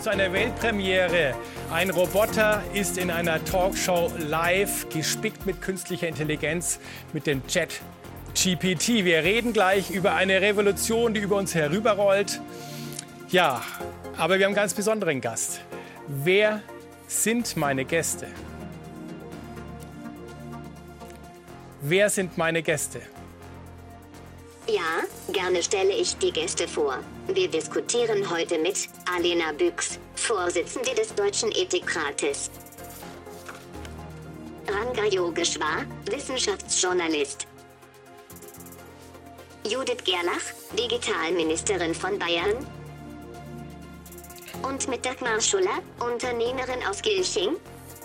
zu einer Weltpremiere. Ein Roboter ist in einer Talkshow live, gespickt mit künstlicher Intelligenz, mit dem ChatGPT. Wir reden gleich über eine Revolution, die über uns herüberrollt. Ja, aber wir haben einen ganz besonderen Gast. Wer sind meine Gäste? Wer sind meine Gäste? Ja, gerne stelle ich die Gäste vor. Wir diskutieren heute mit Alena Büchs, Vorsitzende des Deutschen Ethikrates. Ranga Yogeshwar, Wissenschaftsjournalist. Judith Gerlach, Digitalministerin von Bayern. Und mit Dagmar Schuller, Unternehmerin aus Gilching.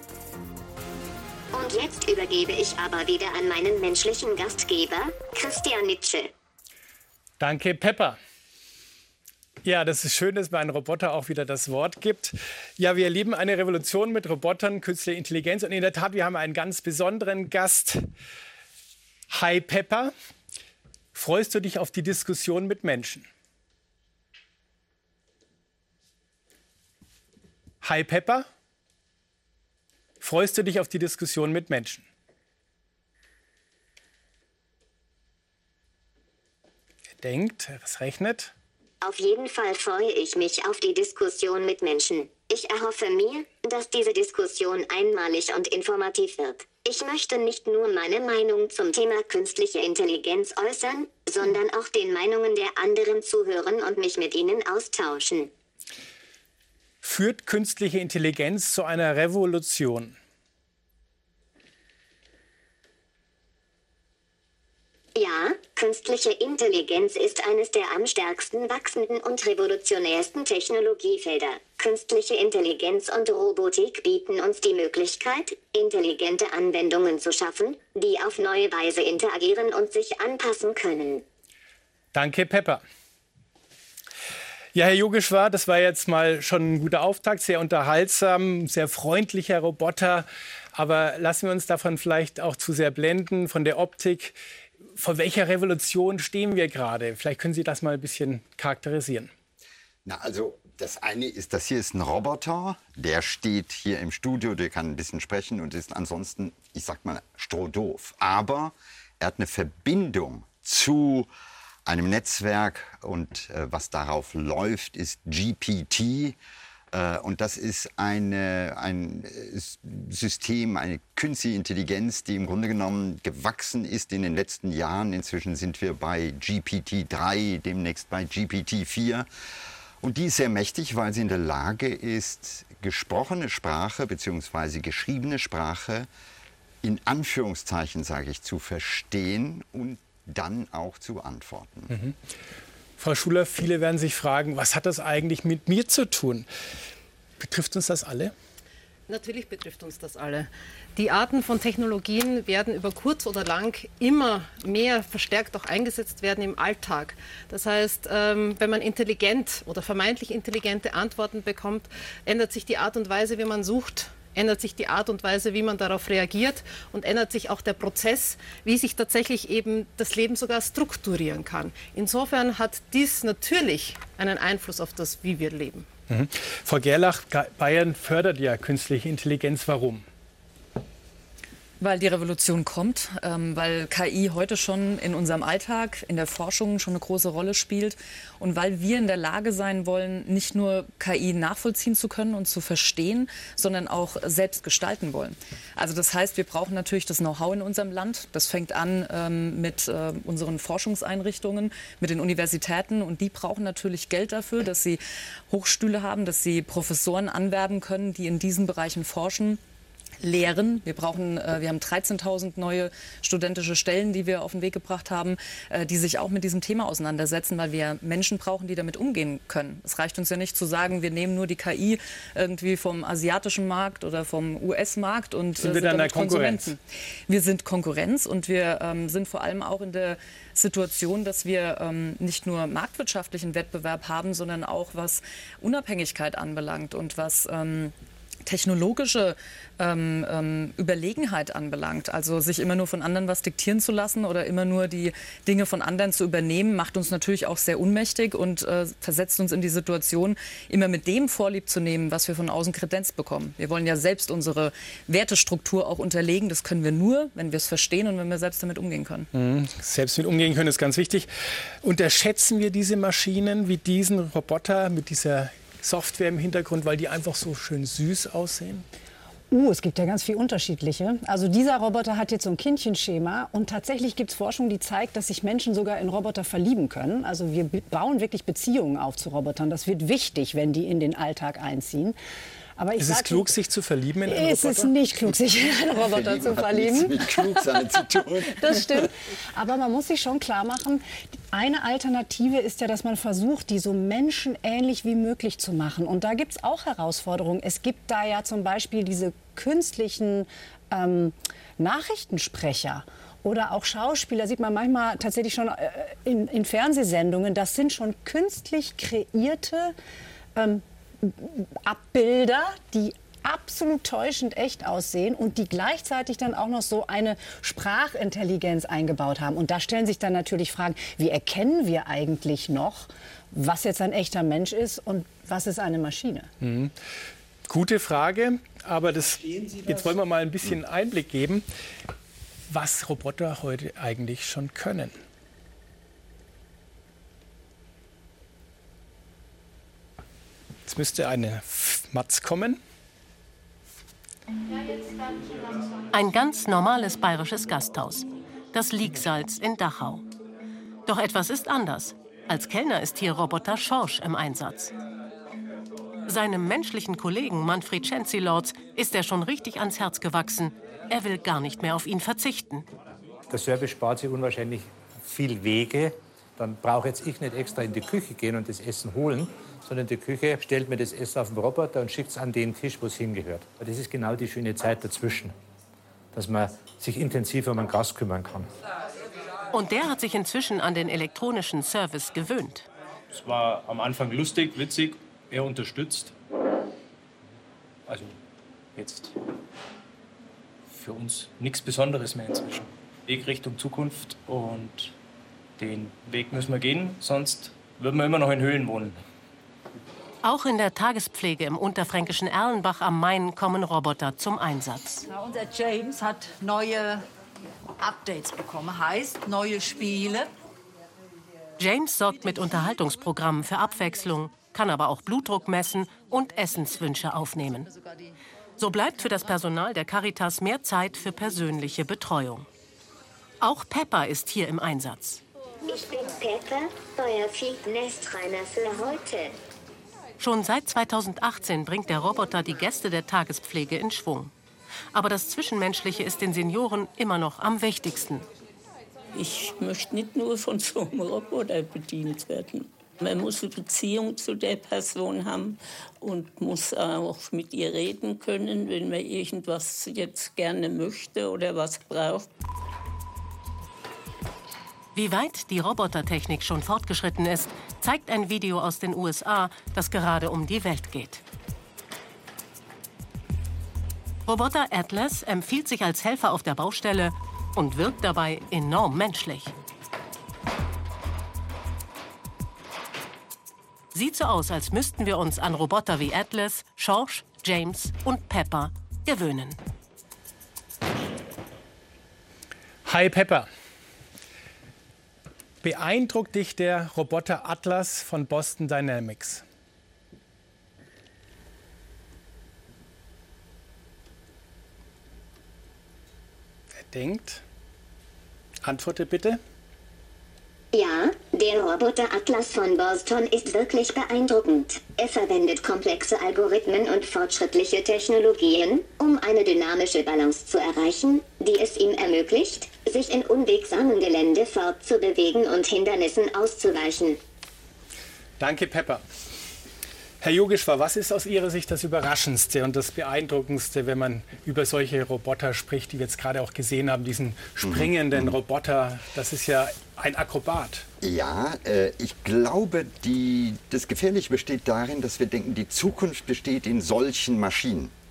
Und jetzt übergebe ich aber wieder an meinen menschlichen Gastgeber, Christian Nitsche. Danke, Pepper. Ja, das ist schön, dass mir ein Roboter auch wieder das Wort gibt. Ja, wir erleben eine Revolution mit Robotern, künstlicher Intelligenz. Und in der Tat, wir haben einen ganz besonderen Gast. Hi, Pepper. Freust du dich auf die Diskussion mit Menschen? Hi, Pepper. Freust du dich auf die Diskussion mit Menschen? Er denkt, es rechnet. Auf jeden Fall freue ich mich auf die Diskussion mit Menschen. Ich erhoffe mir, dass diese Diskussion einmalig und informativ wird. Ich möchte nicht nur meine Meinung zum Thema künstliche Intelligenz äußern, sondern auch den Meinungen der anderen zuhören und mich mit ihnen austauschen. Führt künstliche Intelligenz zu einer Revolution? Ja, künstliche Intelligenz ist eines der am stärksten wachsenden und revolutionärsten Technologiefelder. Künstliche Intelligenz und Robotik bieten uns die Möglichkeit, intelligente Anwendungen zu schaffen, die auf neue Weise interagieren und sich anpassen können. Danke, Pepper. Ja, Herr Yogeshwar, das war jetzt mal schon ein guter Auftakt, sehr unterhaltsam, sehr freundlicher Roboter. Aber lassen wir uns davon vielleicht auch zu sehr blenden, von der Optik. Vor welcher Revolution stehen wir gerade? Vielleicht können Sie das mal ein bisschen charakterisieren. Na, also das eine ist, das hier ist ein Roboter, der steht hier im Studio, der kann ein bisschen sprechen und ist ansonsten, ich sag mal, strohdoof. Aber er hat eine Verbindung zu einem Netzwerk und was darauf läuft, ist GPT. Und das ist ein System, eine künstliche Intelligenz, die im Grunde genommen gewachsen ist in den letzten Jahren. Inzwischen sind wir bei GPT-3, demnächst bei GPT-4. Und die ist sehr mächtig, weil sie in der Lage ist, gesprochene Sprache bzw. geschriebene Sprache in Anführungszeichen, sage ich, zu verstehen und dann auch zu antworten. Mhm. Frau Schuller, viele werden sich fragen, was hat das eigentlich mit mir zu tun? Betrifft uns das alle? Natürlich betrifft uns das alle. Die Arten von Technologien werden über kurz oder lang immer mehr verstärkt auch eingesetzt werden im Alltag. Das heißt, wenn man intelligent oder vermeintlich intelligente Antworten bekommt, ändert sich die Art und Weise, wie man sucht, ändert sich die Art und Weise, wie man darauf reagiert und ändert sich auch der Prozess, wie sich tatsächlich eben das Leben sogar strukturieren kann. Insofern hat dies natürlich einen Einfluss auf das, wie wir leben. Mhm. Frau Gerlach, Bayern fördert ja künstliche Intelligenz. Warum? Weil die Revolution kommt, weil KI heute schon in unserem Alltag, in der Forschung schon eine große Rolle spielt und weil wir in der Lage sein wollen, nicht nur KI nachvollziehen zu können und zu verstehen, sondern auch selbst gestalten wollen. Also das heißt, wir brauchen natürlich das Know-how in unserem Land. Das fängt an mit unseren Forschungseinrichtungen, mit den Universitäten und die brauchen natürlich Geld dafür, dass sie Hochschule haben, dass sie Professoren anwerben können, die in diesen Bereichen forschen. Lehren. Wir haben 13.000 neue studentische Stellen, die wir auf den Weg gebracht haben, die sich auch mit diesem Thema auseinandersetzen, weil wir Menschen brauchen, die damit umgehen können. Es reicht uns ja nicht zu sagen, wir nehmen nur die KI irgendwie vom asiatischen Markt oder vom US-Markt und sind wir dann der Konkurrenz? Wir sind Konkurrenz und wir sind vor allem auch in der Situation, dass wir nicht nur marktwirtschaftlichen Wettbewerb haben, sondern auch was Unabhängigkeit anbelangt und was technologische Überlegenheit anbelangt. Also sich immer nur von anderen was diktieren zu lassen oder immer nur die Dinge von anderen zu übernehmen, macht uns natürlich auch sehr ohnmächtig und versetzt uns in die Situation, immer mit dem Vorlieb zu nehmen, was wir von außen kredenzt bekommen. Wir wollen ja selbst unsere Wertestruktur auch unterlegen. Das können wir nur, wenn wir es verstehen und wenn wir selbst damit umgehen können. Selbst mit umgehen können ist ganz wichtig. Unterschätzen wir diese Maschinen wie diesen Roboter mit dieser Software im Hintergrund, weil die einfach so schön süß aussehen? Es gibt ja ganz viel unterschiedliche. Also dieser Roboter hat jetzt so ein Kindchenschema und tatsächlich gibt es Forschung, die zeigt, dass sich Menschen sogar in Roboter verlieben können. Also wir bauen wirklich Beziehungen auf zu Robotern. Das wird wichtig, wenn die in den Alltag einziehen. Aber ist es klug, sich zu verlieben in einen Roboter? Es ist nicht klug, sich in einen Roboter zu verlieben. Hat nichts mit klug sein zu tun. Das stimmt. Aber man muss sich schon klar machen, eine Alternative ist ja, dass man versucht, die so menschenähnlich wie möglich zu machen. Und da gibt es auch Herausforderungen. Es gibt da ja zum Beispiel diese künstlichen Nachrichtensprecher. Oder auch Schauspieler, sieht man manchmal tatsächlich schon in Fernsehsendungen. Das sind schon künstlich kreierte Abbilder, die absolut täuschend echt aussehen und die gleichzeitig dann auch noch so eine Sprachintelligenz eingebaut haben. Und da stellen sich dann natürlich Fragen, wie erkennen wir eigentlich noch, was jetzt ein echter Mensch ist und was ist eine Maschine? Gute Frage, aber jetzt wollen wir mal ein bisschen Einblick geben, was Roboter heute eigentlich schon können. Jetzt müsste eine Matz kommen. Ein ganz normales bayerisches Gasthaus. Das Liegsalz in Dachau. Doch etwas ist anders. Als Kellner ist hier Roboter Schorsch im Einsatz. Seinem menschlichen Kollegen Manfred Schenzilords ist er schon richtig ans Herz gewachsen. Er will gar nicht mehr auf ihn verzichten. Der Service spart sich unwahrscheinlich viel Wege. Dann brauche jetzt ich nicht extra in die Küche gehen und das Essen holen, sondern die Küche stellt mir das Essen auf den Roboter und schickt es an den Tisch, wo es hingehört. Das ist genau die schöne Zeit dazwischen, dass man sich intensiv um einen Gast kümmern kann. Und der hat sich inzwischen an den elektronischen Service gewöhnt. Es war am Anfang lustig, witzig, er unterstützt. Also jetzt für uns nichts Besonderes mehr inzwischen. Weg Richtung Zukunft und den Weg müssen wir gehen, sonst würden wir immer noch in Höhlen wohnen. Auch in der Tagespflege im unterfränkischen Erlenbach am Main kommen Roboter zum Einsatz. Ja, unser James hat neue Updates bekommen, heißt neue Spiele. James sorgt mit Unterhaltungsprogrammen für Abwechslung, kann aber auch Blutdruck messen und Essenswünsche aufnehmen. So bleibt für das Personal der Caritas mehr Zeit für persönliche Betreuung. Auch Pepper ist hier im Einsatz. Ich bin Pepper, euer Feed-Nestreiner für heute. Schon seit 2018 bringt der Roboter die Gäste der Tagespflege in Schwung. Aber das Zwischenmenschliche ist den Senioren immer noch am wichtigsten. Ich möchte nicht nur von so einem Roboter bedient werden. Man muss eine Beziehung zu der Person haben und muss auch mit ihr reden können, wenn man irgendwas jetzt gerne möchte oder was braucht. Wie weit die Robotertechnik schon fortgeschritten ist, zeigt ein Video aus den USA, das gerade um die Welt geht. Roboter Atlas empfiehlt sich als Helfer auf der Baustelle und wirkt dabei enorm menschlich. Sieht so aus, als müssten wir uns an Roboter wie Atlas, Schorsch, James und Pepper gewöhnen. Hi Pepper. Beeindruckt dich der Roboter Atlas von Boston Dynamics? Wer denkt? Antworte bitte. Ja, der Roboter Atlas von Boston ist wirklich beeindruckend. Er verwendet komplexe Algorithmen und fortschrittliche Technologien, um eine dynamische Balance zu erreichen, die es ihm ermöglicht, sich in unwegsamem Gelände fortzubewegen und Hindernissen auszuweichen. Danke, Pepper. Herr Yogeshwar, was ist aus Ihrer Sicht das Überraschendste und das Beeindruckendste, wenn man über solche Roboter spricht, die wir jetzt gerade auch gesehen haben, diesen springenden Roboter? Das ist ja ein Akrobat. Ja, ich glaube, das Gefährliche besteht darin, dass wir denken, die Zukunft besteht in solchen Maschinen.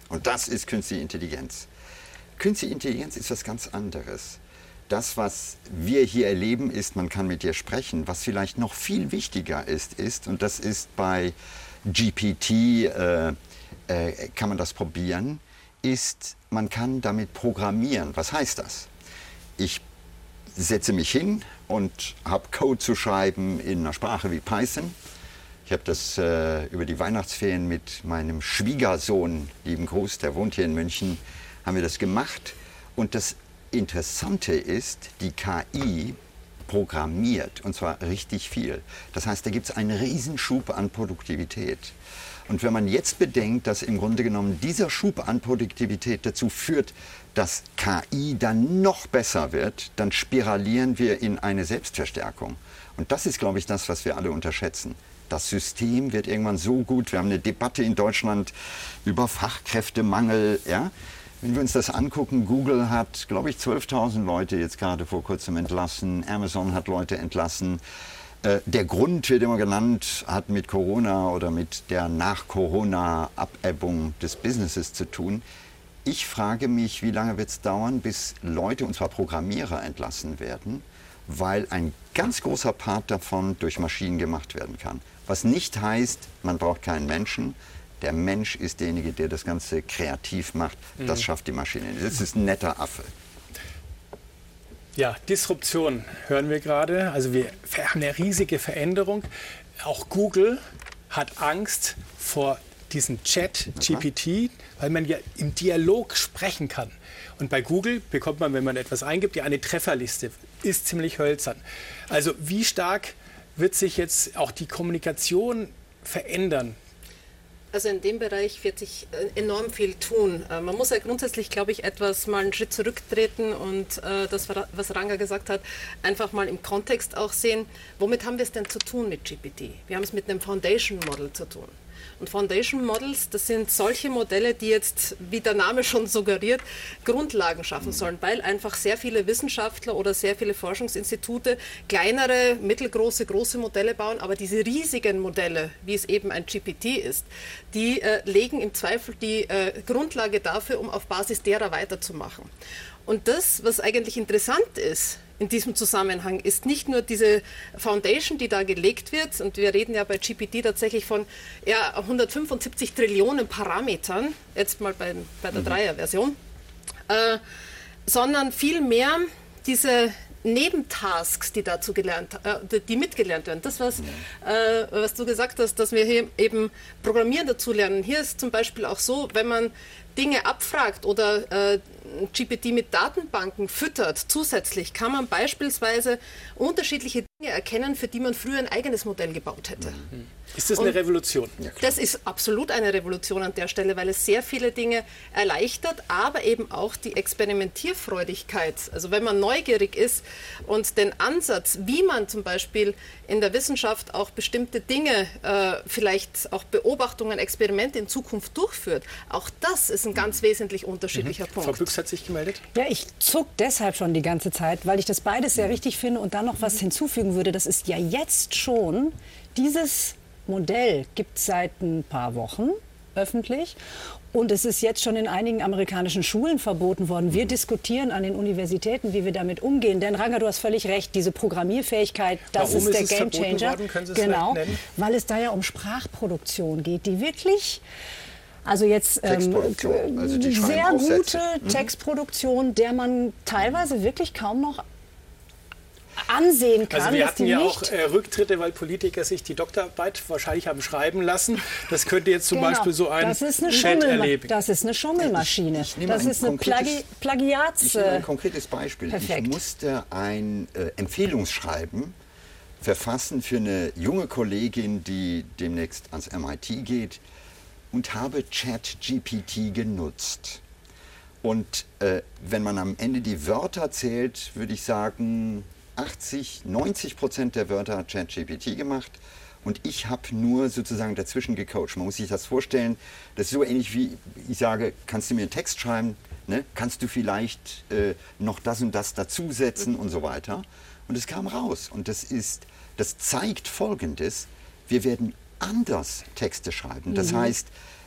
Und das ist künstliche Intelligenz. Künstliche Intelligenz ist was ganz anderes. Das, was wir hier erleben, ist, man kann mit dir sprechen. Was vielleicht noch viel wichtiger ist, und das ist bei GPT, kann man das probieren, ist, man kann damit programmieren. Was heißt das? Ich setze mich hin und habe Code zu schreiben in einer Sprache wie Python. Ich habe das über die Weihnachtsferien mit meinem Schwiegersohn, lieben Gruß, der wohnt hier in München, haben wir das gemacht. Und das Interessante ist, die KI programmiert, und zwar richtig viel. Das heißt, da gibt es einen Riesenschub an Produktivität. Und wenn man jetzt bedenkt, dass im Grunde genommen dieser Schub an Produktivität dazu führt, dass KI dann noch besser wird, dann spiralieren wir in eine Selbstverstärkung. Und das ist, glaube ich, das, was wir alle unterschätzen. Das System wird irgendwann so gut. Wir haben eine Debatte in Deutschland über Fachkräftemangel. Ja? Wenn wir uns das angucken, Google hat, glaube ich, 12.000 Leute jetzt gerade vor kurzem entlassen. Amazon hat Leute entlassen. Der Grund wird immer genannt, hat mit Corona oder mit der Nach-Corona-Abebbung des Businesses zu tun. Ich frage mich, wie lange wird es dauern, bis Leute, und zwar Programmierer, entlassen werden, weil ein ganz großer Part davon durch Maschinen gemacht werden kann. Was nicht heißt, man braucht keinen Menschen. Der Mensch ist derjenige, der das Ganze kreativ macht. Das schafft die Maschine. Das ist ein netter Affe. Ja, Disruption hören wir gerade. Also wir haben eine riesige Veränderung. Auch Google hat Angst vor diesem Chat-GPT, weil man ja im Dialog sprechen kann. Und bei Google bekommt man, wenn man etwas eingibt, ja eine Trefferliste. Ist ziemlich hölzern. Also wie stark wird sich jetzt auch die Kommunikation verändern? Also in dem Bereich wird sich enorm viel tun. Man muss ja grundsätzlich, glaube ich, mal einen Schritt zurücktreten und das, was Ranga gesagt hat, einfach mal im Kontext auch sehen, womit haben wir es denn zu tun mit GPT? Wir haben es mit einem Foundation Model zu tun. Und Foundation Models, das sind solche Modelle, die jetzt, wie der Name schon suggeriert, Grundlagen schaffen sollen, weil einfach sehr viele Wissenschaftler oder sehr viele Forschungsinstitute kleinere, mittelgroße, große Modelle bauen, aber diese riesigen Modelle, wie es eben ein GPT ist, die legen im Zweifel die Grundlage dafür, um auf Basis derer weiterzumachen. Und das, was eigentlich interessant ist in diesem Zusammenhang, ist nicht nur diese Foundation, die da gelegt wird, und wir reden ja bei GPT tatsächlich von 175 Trillionen Parametern, jetzt mal bei der Dreier-Version, sondern vielmehr diese Nebentasks, die dazu die mitgelernt werden. Das, was du gesagt hast, dass wir hier eben Programmieren dazu lernen. Hier ist zum Beispiel auch so, wenn man Dinge abfragt oder GPT mit Datenbanken füttert, zusätzlich kann man beispielsweise unterschiedliche Dinge erkennen, für die man früher ein eigenes Modell gebaut hätte. Ist das eine Revolution? Das ist absolut eine Revolution an der Stelle, weil es sehr viele Dinge erleichtert, aber eben auch die Experimentierfreudigkeit. Also wenn man neugierig ist und den Ansatz, wie man zum Beispiel in der Wissenschaft auch bestimmte Dinge, vielleicht auch Beobachtungen, Experimente in Zukunft durchführt, auch das ist ein ganz wesentlich unterschiedlicher Punkt. Frau Büchs hat sich gemeldet. Ja, ich zuck deshalb schon die ganze Zeit, weil ich das beides sehr richtig finde und dann noch was hinzufügen würde. Das ist ja jetzt schon, dieses Modell gibt es seit ein paar Wochen öffentlich. Und es ist jetzt schon in einigen amerikanischen Schulen verboten worden. Wir diskutieren an den Universitäten, wie wir damit umgehen. Denn Ranga, du hast völlig recht, diese Programmierfähigkeit, das ist der Gamechanger. Genau, weil es da ja um Sprachproduktion geht, die wirklich... Also jetzt also die sehr gute Textproduktion, der man teilweise wirklich kaum noch ansehen kann. Also wir hatten ja auch Rücktritte, weil Politiker sich die Doktorarbeit wahrscheinlich haben schreiben lassen. Das könnte jetzt zum Beispiel so ein Chat erleben. Das ist eine Schummelmaschine. Das ist eine Plagiats... Ich nehme ein konkretes Beispiel. Perfekt. Ich musste ein Empfehlungsschreiben verfassen für eine junge Kollegin, die demnächst ans MIT geht, und habe ChatGPT genutzt. Und wenn man am Ende die Wörter zählt, würde ich sagen, 90% der Wörter hat ChatGPT gemacht. Und ich habe nur sozusagen dazwischen gecoacht. Man muss sich das vorstellen, das ist so ähnlich wie ich sage, kannst du mir einen Text schreiben? Ne? Kannst du vielleicht noch das und das dazusetzen und so weiter? Und es kam raus. Und das zeigt Folgendes: Wir werden anders Texte schreiben. Das heißt,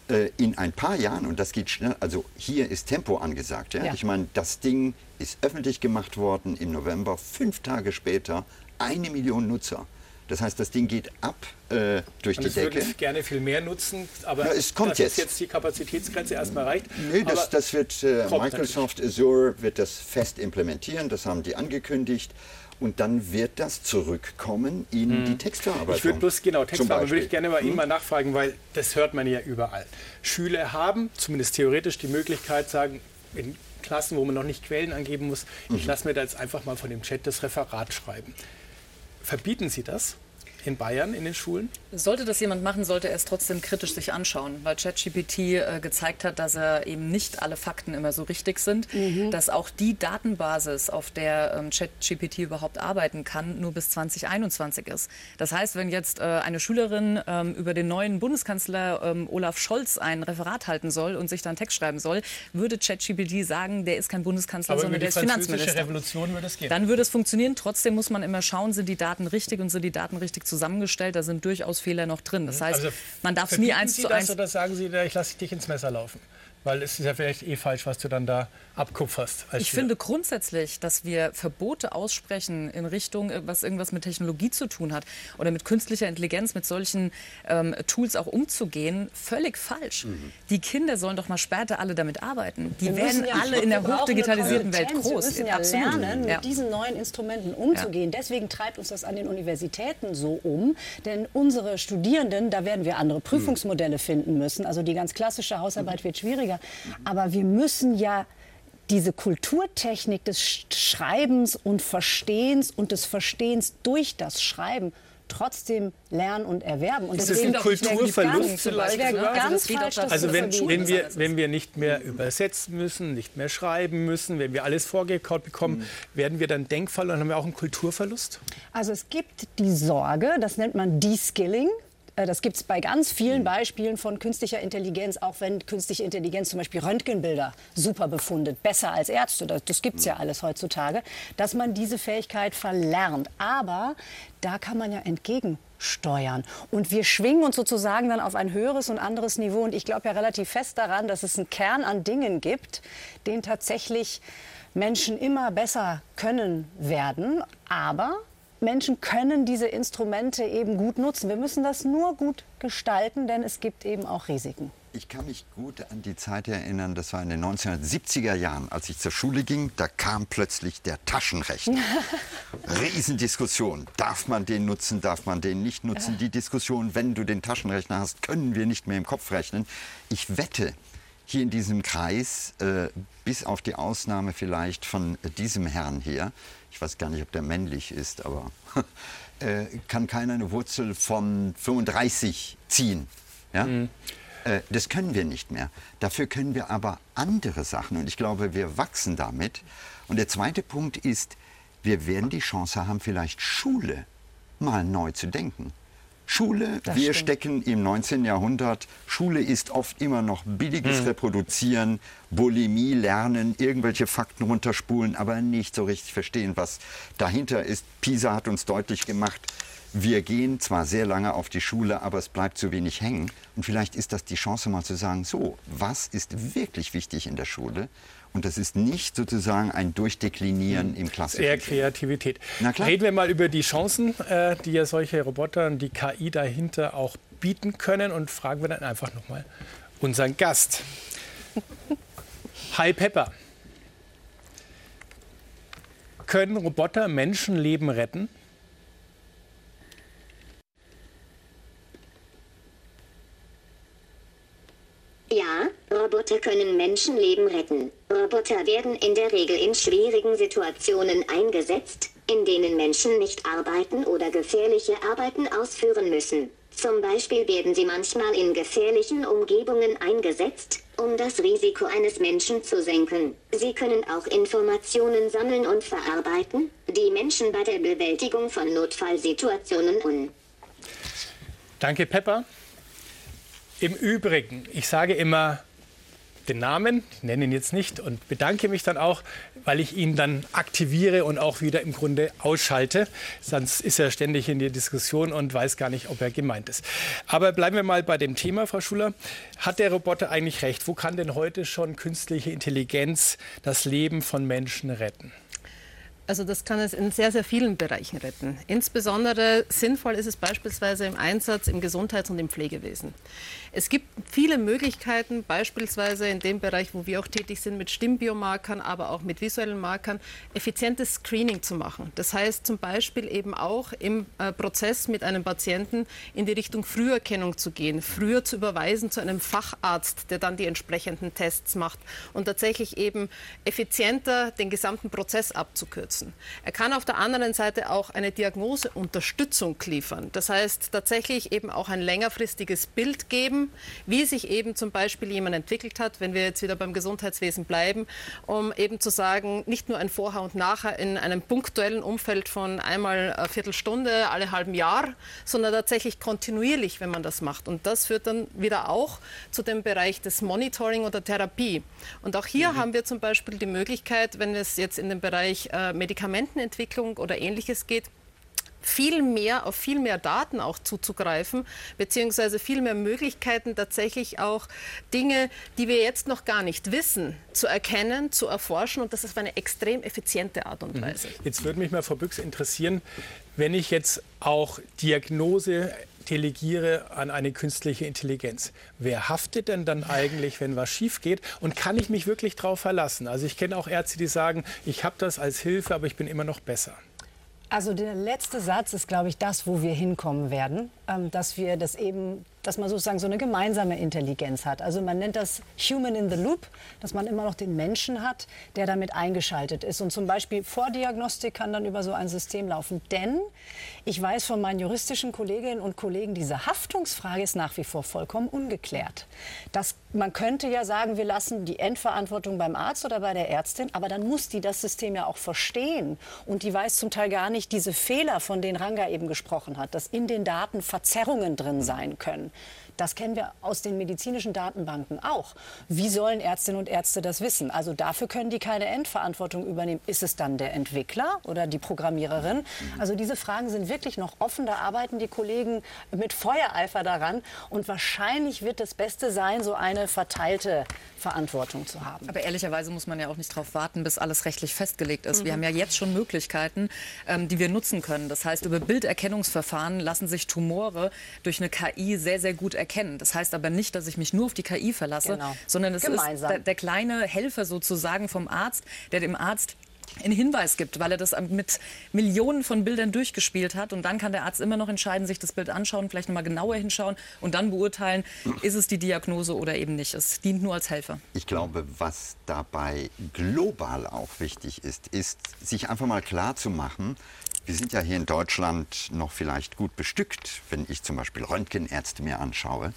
in ein paar Jahren, und das geht schnell, also hier ist Tempo angesagt. Ja? Ich meine, das Ding ist öffentlich gemacht worden im November, 5 Tage später 1 Million Nutzer. Das heißt, das Ding geht ab durch die Decke. Ich würde gerne viel mehr nutzen, aber es kommt jetzt die Kapazitätsgrenze erstmal reicht. Nee, das wird Microsoft Azure wird das fest implementieren, das haben die angekündigt. Und dann wird das zurückkommen in die Textverarbeitung. Ich würde bloß, Textverarbeitung würde ich gerne bei Ihnen mal nachfragen, weil das hört man ja überall. Schüler haben zumindest theoretisch die Möglichkeit, sagen, in Klassen, wo man noch nicht Quellen angeben muss, ich lasse mir da jetzt einfach mal von dem Chat das Referat schreiben. Verbieten Sie das in Bayern, in den Schulen? Sollte das jemand machen, sollte er es trotzdem kritisch sich anschauen, weil ChatGPT gezeigt hat, dass er eben nicht alle Fakten immer so richtig sind, dass auch die Datenbasis, auf der ChatGPT überhaupt arbeiten kann, nur bis 2021 ist. Das heißt, wenn jetzt eine Schülerin über den neuen Bundeskanzler Olaf Scholz ein Referat halten soll und sich dann Text schreiben soll, würde ChatGPT sagen, der ist kein Bundeskanzler, sondern der ist Finanzminister. Revolution würde es gehen. Dann würde es funktionieren. Trotzdem muss man immer schauen, sind die Daten richtig und sind die Daten richtig zusammengestellt, da sind durchaus Fehler noch drin. Das heißt, man darf es nie 1:1... Oder sagen Sie, ich lasse dich ins Messer laufen? Weil es ist ja vielleicht falsch, was du dann da abkupferst. Ich finde grundsätzlich, dass wir Verbote aussprechen in Richtung, was irgendwas mit Technologie zu tun hat oder mit künstlicher Intelligenz, mit solchen Tools auch umzugehen, völlig falsch. Die Kinder sollen doch mal später alle damit arbeiten. Die werden alle in der hochdigitalisierten Welt groß. Wir müssen ja lernen, mit diesen neuen Instrumenten umzugehen. Deswegen treibt uns das an den Universitäten so um. Denn unsere Studierenden, da werden wir andere Prüfungsmodelle finden müssen. Also die ganz klassische Hausarbeit wird schwieriger. Aber wir müssen ja diese Kulturtechnik des Schreibens und Verstehens und des Verstehens durch das Schreiben trotzdem lernen und erwerben. Und ist das ein Kulturverlust vielleicht? Also wenn wir nicht mehr übersetzen müssen, nicht mehr schreiben müssen, wenn wir alles vorgekaut bekommen, werden wir dann Denkfall und haben wir auch einen Kulturverlust? Also es gibt die Sorge, das nennt man De-Skilling. Das gibt es bei ganz vielen Beispielen von künstlicher Intelligenz, auch wenn künstliche Intelligenz zum Beispiel Röntgenbilder super befundet, besser als Ärzte, das gibt es ja alles heutzutage, dass man diese Fähigkeit verlernt. Aber da kann man ja entgegensteuern. Und wir schwingen uns sozusagen dann auf ein höheres und anderes Niveau. Und ich glaube ja relativ fest daran, dass es einen Kern an Dingen gibt, den tatsächlich Menschen immer besser können werden. Aber Menschen können diese Instrumente eben gut nutzen. Wir müssen das nur gut gestalten, denn es gibt eben auch Risiken. Ich kann mich gut an die Zeit erinnern, das war in den 1970er Jahren, als ich zur Schule ging, da kam plötzlich der Taschenrechner. Riesendiskussion. Darf man den nutzen, darf man den nicht nutzen? Die Diskussion, wenn du den Taschenrechner hast, können wir nicht mehr im Kopf rechnen. Ich wette, hier in diesem Kreis, bis auf die Ausnahme vielleicht von diesem Herrn hier, ich weiß gar nicht, ob der männlich ist, aber kann keiner eine Wurzel von 35 ziehen. Ja? Das können wir nicht mehr. Dafür können wir aber andere Sachen. Und ich glaube, wir wachsen damit. Und der zweite Punkt ist, wir werden die Chance haben, vielleicht Schule mal neu zu denken. Schule, wir stecken im 19. Jahrhundert. Schule ist oft immer noch billiges Reproduzieren, Bulimie, Lernen, irgendwelche Fakten runterspulen, aber nicht so richtig verstehen, was dahinter ist. Pisa hat uns deutlich gemacht, wir gehen zwar sehr lange auf die Schule, aber es bleibt zu wenig hängen. Und vielleicht ist das die Chance, mal zu sagen, so, was ist wirklich wichtig in der Schule? Und das ist nicht sozusagen ein Durchdeklinieren im klassischen. Eher Kreativität. Reden wir mal über die Chancen, die ja solche Roboter und die KI dahinter auch bieten können. Und fragen wir dann einfach nochmal unseren Gast. Hi Pepper. Können Roboter Menschenleben retten? Ja, Roboter können Menschenleben retten. Roboter werden in der Regel in schwierigen Situationen eingesetzt, in denen Menschen nicht arbeiten oder gefährliche Arbeiten ausführen müssen. Zum Beispiel werden sie manchmal in gefährlichen Umgebungen eingesetzt, um das Risiko eines Menschen zu senken. Sie können auch Informationen sammeln und verarbeiten, die Menschen bei der Bewältigung von Notfallsituationen Danke, Pepper. Im Übrigen, ich sage immer, den Namen, ich nenne ihn jetzt nicht und bedanke mich dann auch, weil ich ihn dann aktiviere und auch wieder im Grunde ausschalte. Sonst ist er ständig in der Diskussion und weiß gar nicht, ob er gemeint ist. Aber bleiben wir mal bei dem Thema, Frau Schuler. Hat der Roboter eigentlich recht? Wo kann denn heute schon künstliche Intelligenz das Leben von Menschen retten? Also das kann es in sehr, sehr vielen Bereichen retten. Insbesondere sinnvoll ist es beispielsweise im Einsatz im Gesundheits- und im Pflegewesen. Es gibt viele Möglichkeiten, beispielsweise in dem Bereich, wo wir auch tätig sind, mit Stimmbiomarkern, aber auch mit visuellen Markern, effizientes Screening zu machen. Das heißt zum Beispiel eben auch im Prozess mit einem Patienten in die Richtung Früherkennung zu gehen, früher zu überweisen zu einem Facharzt, der dann die entsprechenden Tests macht und tatsächlich eben effizienter den gesamten Prozess abzukürzen. Er kann auf der anderen Seite auch eine Diagnoseunterstützung liefern. Das heißt tatsächlich eben auch ein längerfristiges Bild geben, wie sich eben zum Beispiel jemand entwickelt hat, wenn wir jetzt wieder beim Gesundheitswesen bleiben, um eben zu sagen, nicht nur ein Vorher und Nachher in einem punktuellen Umfeld von einmal eine Viertelstunde, alle halben Jahr, sondern tatsächlich kontinuierlich, wenn man das macht. Und das führt dann wieder auch zu dem Bereich des Monitoring oder Therapie. Und auch hier haben wir zum Beispiel die Möglichkeit, wenn es jetzt in den Bereich Medikamentenentwicklung oder Ähnliches geht, auf viel mehr Daten auch zuzugreifen, beziehungsweise viel mehr Möglichkeiten, tatsächlich auch Dinge, die wir jetzt noch gar nicht wissen, zu erkennen, zu erforschen, und das ist auf eine extrem effiziente Art und Weise. Jetzt würde mich mal, Frau Büchs, interessieren, wenn ich jetzt auch Diagnose delegiere an eine künstliche Intelligenz. Wer haftet denn dann eigentlich, wenn was schief geht? Und kann ich mich wirklich darauf verlassen? Also ich kenne auch Ärzte, die sagen, ich habe das als Hilfe, aber ich bin immer noch besser. Also der letzte Satz ist, glaube ich, das, wo wir hinkommen werden, dass man sozusagen so eine gemeinsame Intelligenz hat. Also man nennt das Human in the Loop, dass man immer noch den Menschen hat, der damit eingeschaltet ist. Und zum Beispiel Vordiagnostik kann dann über so ein System laufen. Denn ich weiß von meinen juristischen Kolleginnen und Kollegen, diese Haftungsfrage ist nach wie vor vollkommen ungeklärt. Man könnte ja sagen, wir lassen die Endverantwortung beim Arzt oder bei der Ärztin, aber dann muss die das System ja auch verstehen. Und die weiß zum Teil gar nicht diese Fehler, von denen Ranga eben gesprochen hat, dass in den Daten Verzerrungen drin sein können. Das kennen wir aus den medizinischen Datenbanken auch. Wie sollen Ärztinnen und Ärzte das wissen? Also dafür können die keine Endverantwortung übernehmen. Ist es dann der Entwickler oder die Programmiererin? Also diese Fragen sind wirklich noch offen. Da arbeiten die Kollegen mit Feuereifer daran. Und wahrscheinlich wird das Beste sein, so eine verteilte Verantwortung zu haben. Aber ehrlicherweise muss man ja auch nicht darauf warten, bis alles rechtlich festgelegt ist. Wir haben ja jetzt schon Möglichkeiten, die wir nutzen können. Das heißt, über Bilderkennungsverfahren lassen sich Tumore durch eine KI sehr, sehr gut erkennen. Das heißt aber nicht, dass ich mich nur auf die KI verlasse, sondern es ist der kleine Helfer sozusagen vom Arzt, der dem Arzt einen Hinweis gibt, weil er das mit Millionen von Bildern durchgespielt hat. Und dann kann der Arzt immer noch entscheiden, sich das Bild anschauen, vielleicht noch mal genauer hinschauen und dann beurteilen, ist es die Diagnose oder eben nicht. Es dient nur als Helfer. Ich glaube, was dabei global auch wichtig ist, sich einfach mal klar zu machen, wir sind ja hier in Deutschland noch vielleicht gut bestückt, wenn ich zum Beispiel Röntgenärzte mir anschaue.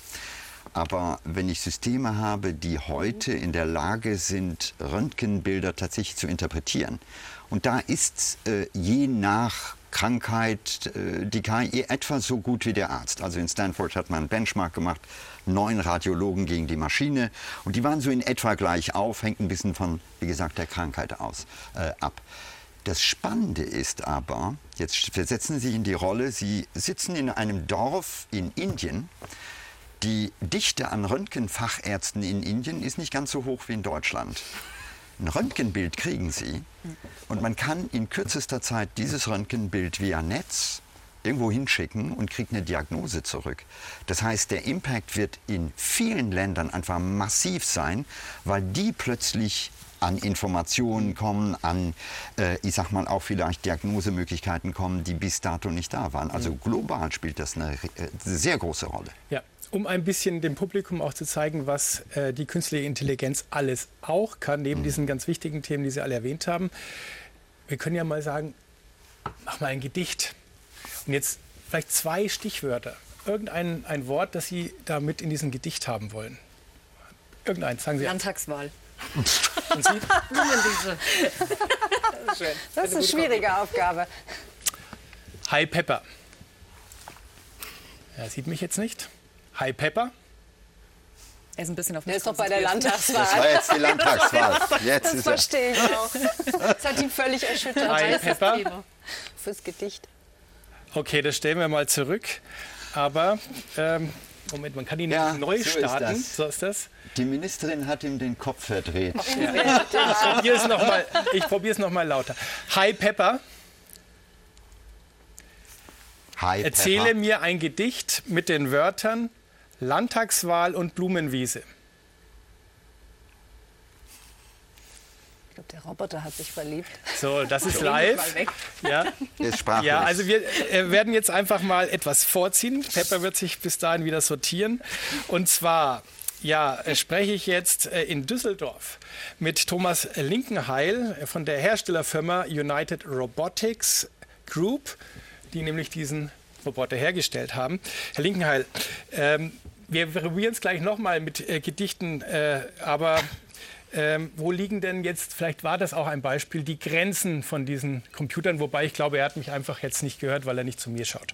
Aber wenn ich Systeme habe, die heute in der Lage sind, Röntgenbilder tatsächlich zu interpretieren, und da ist je nach Krankheit die KI etwa so gut wie der Arzt. Also in Stanford hat man einen Benchmark gemacht, 9 Radiologen gegen die Maschine, und die waren so in etwa gleich auf, hängt ein bisschen von, wie gesagt, der Krankheit ab. Das Spannende ist aber, jetzt versetzen Sie sich in die Rolle, Sie sitzen in einem Dorf in Indien. Die Dichte an Röntgenfachärzten in Indien ist nicht ganz so hoch wie in Deutschland. Ein Röntgenbild kriegen Sie und man kann in kürzester Zeit dieses Röntgenbild via Netz irgendwo hinschicken und kriegt eine Diagnose zurück. Das heißt, der Impact wird in vielen Ländern einfach massiv sein, weil die plötzlich an Informationen kommen, an, ich sag mal, auch vielleicht Diagnosemöglichkeiten kommen, die bis dato nicht da waren. Also global spielt das eine sehr große Rolle. Ja. Um ein bisschen dem Publikum auch zu zeigen, was die künstliche Intelligenz alles auch kann, neben diesen ganz wichtigen Themen, die Sie alle erwähnt haben. Wir können ja mal sagen, mach mal ein Gedicht. Und jetzt vielleicht 2 Stichwörter. Irgendein ein Wort, das Sie da mit in diesem Gedicht haben wollen. Irgendeins, sagen Sie. Landtagswahl. Und Sie? Blumenwiese. Das ist eine schwierige Aufgabe. Hi Pepper. Er sieht mich jetzt nicht. Hi Pepper. Er ist ein bisschen auf Der ist doch bei der Landtagswahl. Das war jetzt die Landtagswahl. Jetzt Das ist er. verstehe ich auch. Das hat ihn völlig erschüttert. Hi, Pepper. Fürs Gedicht. Okay, das stellen wir mal zurück. Aber, Moment, man kann ihn Ja, nicht neu so ist starten. das. So ist das. Die Ministerin hat ihm den Kopf verdreht. Ich probiere es noch mal lauter. Hi, Pepper. Hi, Erzähle Pepper. mir ein Gedicht mit den Wörtern Landtagswahl und Blumenwiese. Ich glaube, der Roboter hat sich verliebt. So, das ist live. Ja. Ist sprachlos. Ja, also wir werden jetzt einfach mal etwas vorziehen. Pepper wird sich bis dahin wieder sortieren. Und zwar spreche ich jetzt in Düsseldorf mit Thomas Linkenheil von der Herstellerfirma United Robotics Group, die nämlich diesen Roboter hergestellt haben. Herr Linkenheil, wir probieren es gleich nochmal mit Gedichten, aber wo liegen denn jetzt, vielleicht war das auch ein Beispiel, die Grenzen von diesen Computern, wobei ich glaube, er hat mich einfach jetzt nicht gehört, weil er nicht zu mir schaut.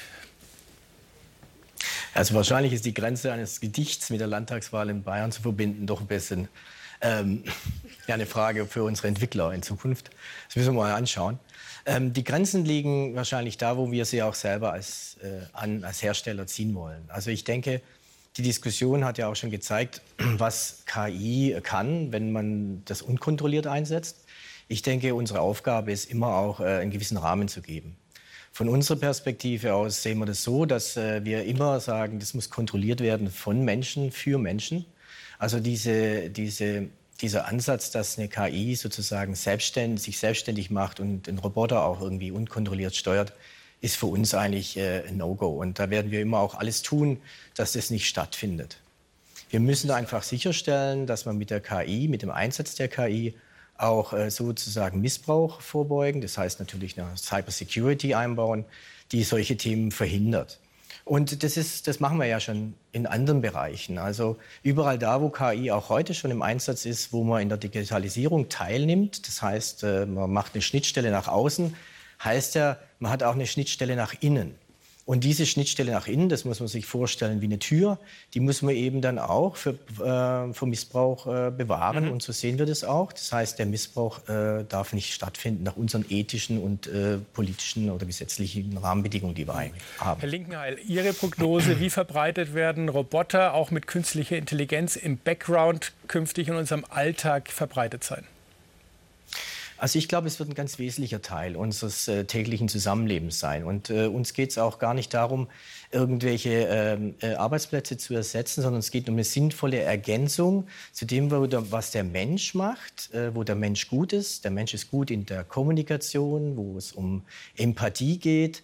Also wahrscheinlich ist die Grenze eines Gedichts mit der Landtagswahl in Bayern zu verbinden doch ein bisschen eine Frage für unsere Entwickler in Zukunft. Das müssen wir mal anschauen. Die Grenzen liegen wahrscheinlich da, wo wir sie auch selber als Hersteller ziehen wollen. Also ich denke, die Diskussion hat ja auch schon gezeigt, was KI kann, wenn man das unkontrolliert einsetzt. Ich denke, unsere Aufgabe ist immer auch, einen gewissen Rahmen zu geben. Von unserer Perspektive aus sehen wir das so, dass wir immer sagen, das muss kontrolliert werden von Menschen für Menschen. Also dieser Ansatz, dass eine KI sozusagen sich selbstständig macht und einen Roboter auch irgendwie unkontrolliert steuert, ist für uns eigentlich ein No-Go. Und da werden wir immer auch alles tun, dass das nicht stattfindet. Wir müssen einfach sicherstellen, dass man mit der KI, mit dem Einsatz der KI auch sozusagen Missbrauch vorbeugen. Das heißt natürlich eine Cybersecurity einbauen, die solche Themen verhindert. Und das machen wir ja schon in anderen Bereichen. Also überall da, wo KI auch heute schon im Einsatz ist, wo man in der Digitalisierung teilnimmt, das heißt, man macht eine Schnittstelle nach außen, heißt ja, man hat auch eine Schnittstelle nach innen. Und diese Schnittstelle nach innen, das muss man sich vorstellen wie eine Tür, die muss man eben dann auch vor Missbrauch bewahren. Und so sehen wir das auch. Das heißt, der Missbrauch darf nicht stattfinden nach unseren ethischen und politischen oder gesetzlichen Rahmenbedingungen, die wir eigentlich haben. Herr Linkenheil, Ihre Prognose, wie verbreitet werden Roboter auch mit künstlicher Intelligenz im Background künftig in unserem Alltag verbreitet sein? Also ich glaube, es wird ein ganz wesentlicher Teil unseres täglichen Zusammenlebens sein. Und uns geht es auch gar nicht darum, irgendwelche Arbeitsplätze zu ersetzen, sondern es geht um eine sinnvolle Ergänzung zu dem, was der Mensch macht, wo der Mensch gut ist. Der Mensch ist gut in der Kommunikation, wo es um Empathie geht.